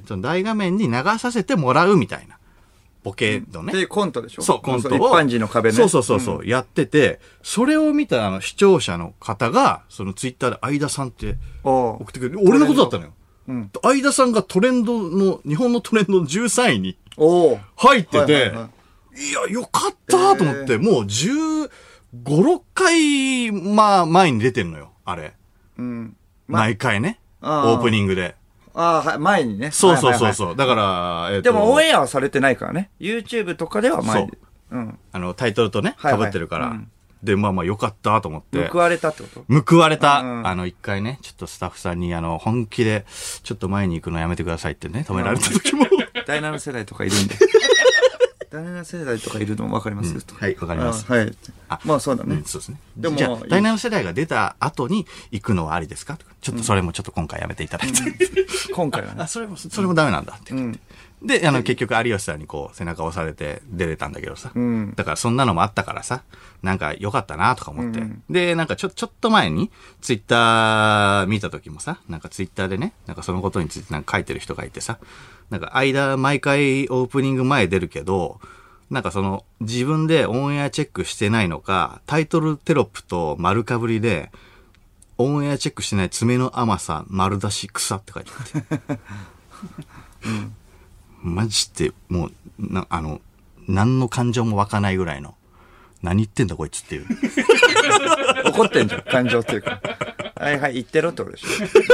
その大画面に流させてもらうみたいな。ボケのね。 で、コントでしょ？ そう、コントを。 一般人の壁ね。 そう、やってて、それを見た視聴者の方が、そのツイッターで相田さんって送ってくれる。俺のことだったのよ。相田さんが日本のトレンドの13位に入ってて、いや、よかったと思って、もう15、6回、前に出てんのよ、あれ。毎回ね。オープニングで。 はい、前にね。 そう。だから、 でもオンエアはされてないからね。YouTube とかでは前に。 タイトルとね、被ってるから。で、よかったと思って。 報われたってこと？ 報われた。一回ね、ちょっとスタッフさんに、本気で、ちょっと前に行くのやめてくださいってね、止められた時も。 第7世代とかいるんで。第7世代とかいるの分かります？ はい、分かります。 はい。そうだね。 そうですね。でも、じゃあ、第7世代が出た後に行くのはありですか？ちょっとそれもちょっと今回やめていただいて。 今回はね。 それもダメなんだって言って。で、結局有吉さんにこう、背中を押されて出れたんだけどさ。だからそんなのもあったからさ、なんか良かったなとか思って。で、なんかちょっと前に、ツイッター見た時もさ、なんかツイッターでね、なんかそのことについてなんか書いてる人がいてさ、なんか毎回オープニング前出るけど、なんか自分でオンエアチェックしてないのか、タイトルテロップと丸かぶりで、オンエアチェックしてない爪の甘さ、丸出し草って書いてあって。マジで、もう、何の感情も湧かないぐらいの、何言ってんだこいつっていう。 怒ってんじゃん、感情っていうか。はい、言ってろってことでしょ。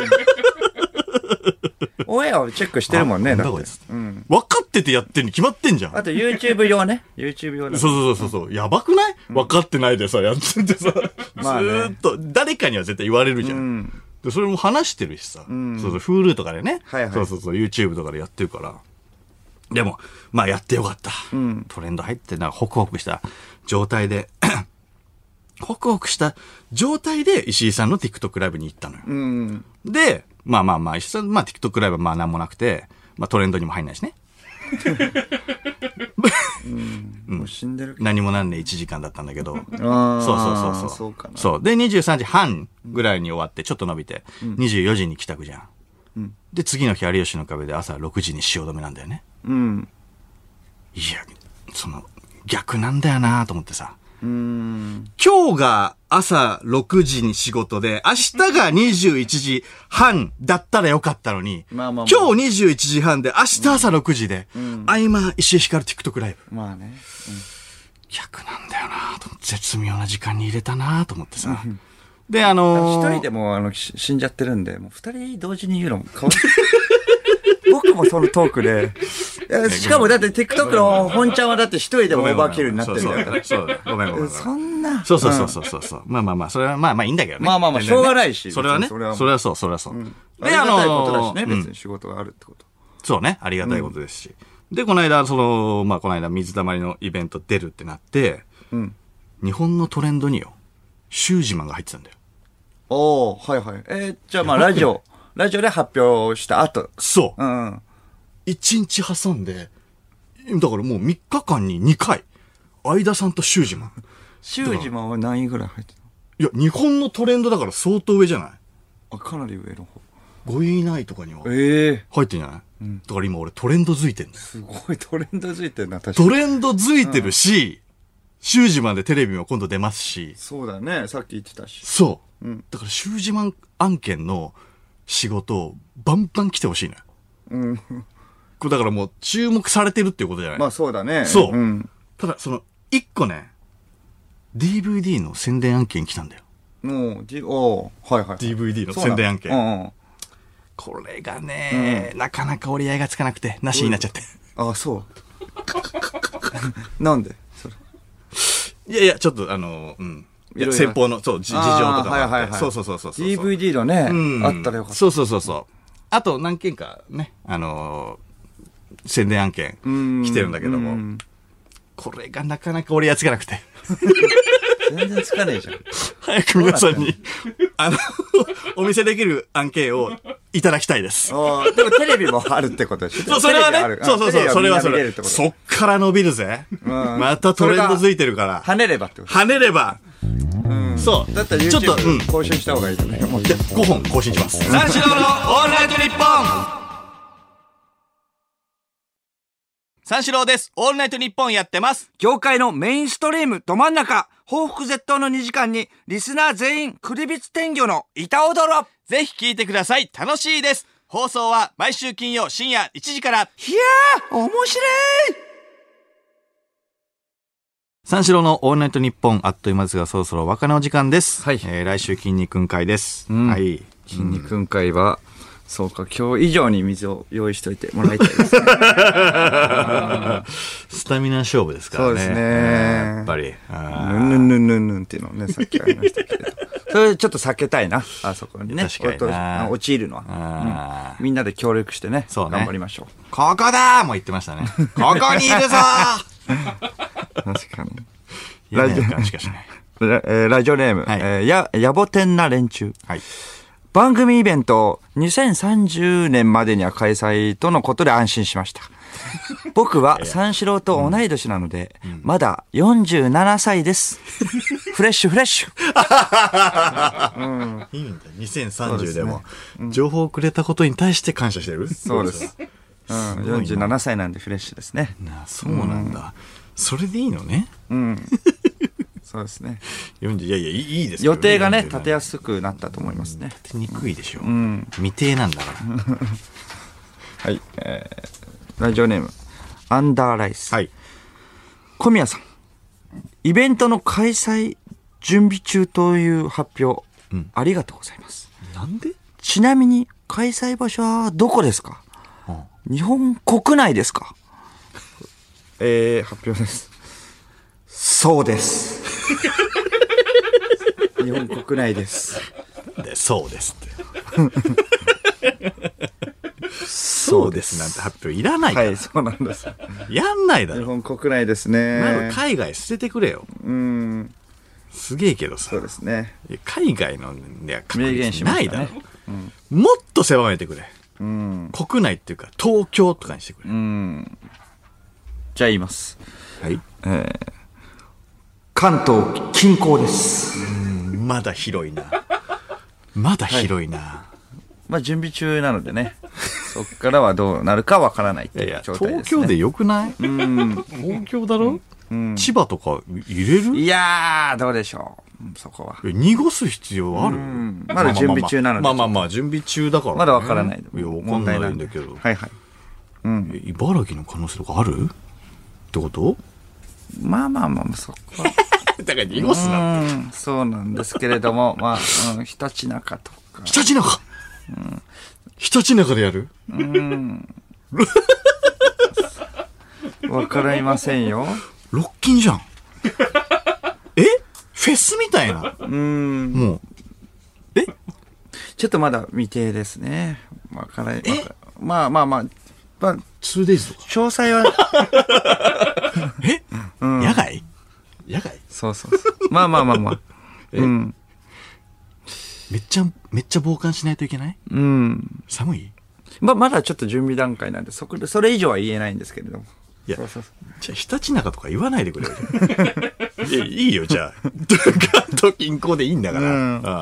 オンエアをチェックしてるもんね、だって。 分かっててやってんに決まってんじゃん。 あと YouTube 用ね。YouTube 用ね。 そう。やばくない？分かってないでさ、やっててさ、ずーっと、誰かには絶対言われるじゃん。でそれも話してるしさ。Hulu とかでね。YouTube とかでやってるから。でも、やってよかった。トレンド入ってホクホクした状態で、ホクホクした状態で石井さんの TikTok ライブに行ったのよ。で、石井さん、TikTok ライブはなんもなくて、トレンドにも入んないしね。 もう死んでる。 何もなんね1時間だったんだけど。そう。 そうかな。 そう。で、23時半ぐらいに終わって、ちょっと伸びて、24時に帰宅じゃん。で、次の日、有吉の壁で朝6時に汐留なんだよね。いや、逆なんだよなと思ってさ。今日が朝6時に仕事で、明日が21時半だったらよかったのに、今日21時半で、明日朝6時で、合間石井ひかる TikTok ライブ。逆なんだよなと思って、絶妙な時間に入れたなと思ってさ。で、 一人でも死んじゃってるんで、もう二人同時に言うのもかわいい。僕もそのトークで、しかもだって TikTok の本ちゃんはだって一人でもオーバーキルになってるんだから。 そうだ。ごめん。 そんな。 そう。それはいいんだけどね。 しょうがないし。 それはね。それはそう。 で、ありがたいことだしね、別に仕事があるってこと。 そうね。ありがたいことですし。で、この間、この間水溜りのイベント出るってなって、日本のトレンドによ、シュージマンが入ってたんだよ。 はい。じゃあラジオで発表した後。 そう。1日挟んで、だからもう3日間に2回、相田さんとシュージマン。 シュージマンは何位ぐらい入ってたの？ いや、日本のトレンドだから相当上じゃない？ かなり上の方。 5位以内とかには。入ってんじゃない？だから今俺トレンドづいてんだよ。 すごいトレンドづいてるな、確かに。 トレンドづいてるし、シュージマンでテレビも今度出ますし。 そうだね、さっき言ってたし。 そう。だからシュージマン案件の仕事をバンバン来てほしいのよ。これだからもう注目されてるっていうことじゃない？ そうだね。 そう。ただ一個ね、DVD の宣伝案件来たんだよ。DVD の宣伝案件。これがね、なかなか折り合いがつかなくて、なしになっちゃって。 そう。なんでそれ。 いや、ちょっと先方の、事情とかもあって。そう。 DVD のね、あったらよかった。 そう。あと何件かね、宣伝案件来てるんだけども、これがなかなか折り合いつかなくて。 全然つかねえじゃん。 早く皆さんに、お見せできる案件をいただきたいです。 でもテレビもあるってことでしょ。 そう、それはね。そう、それはそれ。そっから伸びるぜ。またトレンドついてるから。 跳ねればってこと。 跳ねれば。そう。 だったら YouTube 更新した方がいいとね。 5本更新します。三四郎のオールナイトニッポン。三四郎です。オールナイトニッポンやってます。 業界のメインストリームど真ん中、報復絶倒の2時間にリスナー全員クリビツ天魚の板踊ろ。 ぜひ聞いてください。楽しいです。放送は毎週金曜深夜1時から。いやー、面白い。 三四郎のオールナイトニッポン、あっという間ですがそろそろお別れの時間です。 はい。 来週筋肉ん会です。 はい。筋肉ん会は、そうか、今日以上に水を用意しておいてもらいたいですね。 スタミナ勝負ですからね。 そうですね。 やっぱり。 ぬんっていうのね、さっきありましたけど。それちょっと避けたいな、あそこにね。 確かにな。 陥るのは、みんなで協力してね、頑張りましょう。 ここだーも言ってましたね。ここにいるぞー確かに。 ラジオ感しかしない。 ラジオネーム、やぼてんな連中。 はい。 番組イベント2030年までには開催とのことで安心しました。僕は三四郎と同い年なので、まだ47歳です。フレッシュ。 いいんだ。2030でも、情報をくれたことに対して感謝してる？ そうです。47歳なんでフレッシュですね。 そうなんだ。それでいいのね。 そうですね。 いやいいですよ。予定がね、立てやすくなったと思いますね。 立てにくいでしょ。未定なんだから。 はい。ラジオネーム、アンダーライス。 はい。 小宮さん、イベントの開催準備中という発表、ありがとうございます。 なんで？ ちなみに、開催場所はどこですか？日本国内ですか？発表です。そうです。日本国内です。 そうですって。そうですなんて発表いらないから。 はい、そうなんです。 やんないだろ。 日本国内ですね。 海外捨ててくれよ。すげえけどさ。 そうですね。 海外のね、 明言しましたね。 ないだろ。もっと狭めてくれ。国内っていうか東京とかにしてくれ。 じゃあ言います。 はい。 関東近郊です。 まだ広いな。まだ広いな。 はい、まあ準備中なのでね。そっからはどうなるかわからないっていう状態ですね。 東京でよくない？東京だろ？千葉とか入れる？ いやー、どうでしょう。そこは。 濁す必要ある？ まだ準備中なので。 まあ、準備中だからね。 まだわからない。 いや、わかんないんだけど。 はいはい。 茨城の可能性とかある？ってこと？ まあ、そこは。 だから濁すなって。 そうなんですけれども、まあ、ひたちなかとか。 ひたちなかひたちなかでやる？ わかりませんよ。 ロッキンじゃん。フェスみたいな。もう。 ちょっとまだ未定ですね。わからない。まあ。 2days とか。 詳細は。 野外そう。まあ。 めっちゃ防寒しないといけない？寒い？ まだちょっと準備段階なんで、それ以上は言えないんですけれども。 いや、じゃあ、ひたちなかとか言わないでくれよ。いいよ、じゃあ。関東近郊でいいんだから。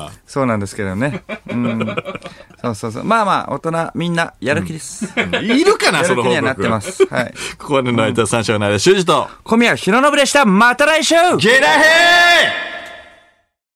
そうなんですけどね。そう。まあ、大人みんなやる気です。 いるかな、その報告。やる気にはなってます。はい。 ここまでの間、三章の間、修二と小宮浩信でした。また来週ゲラヘー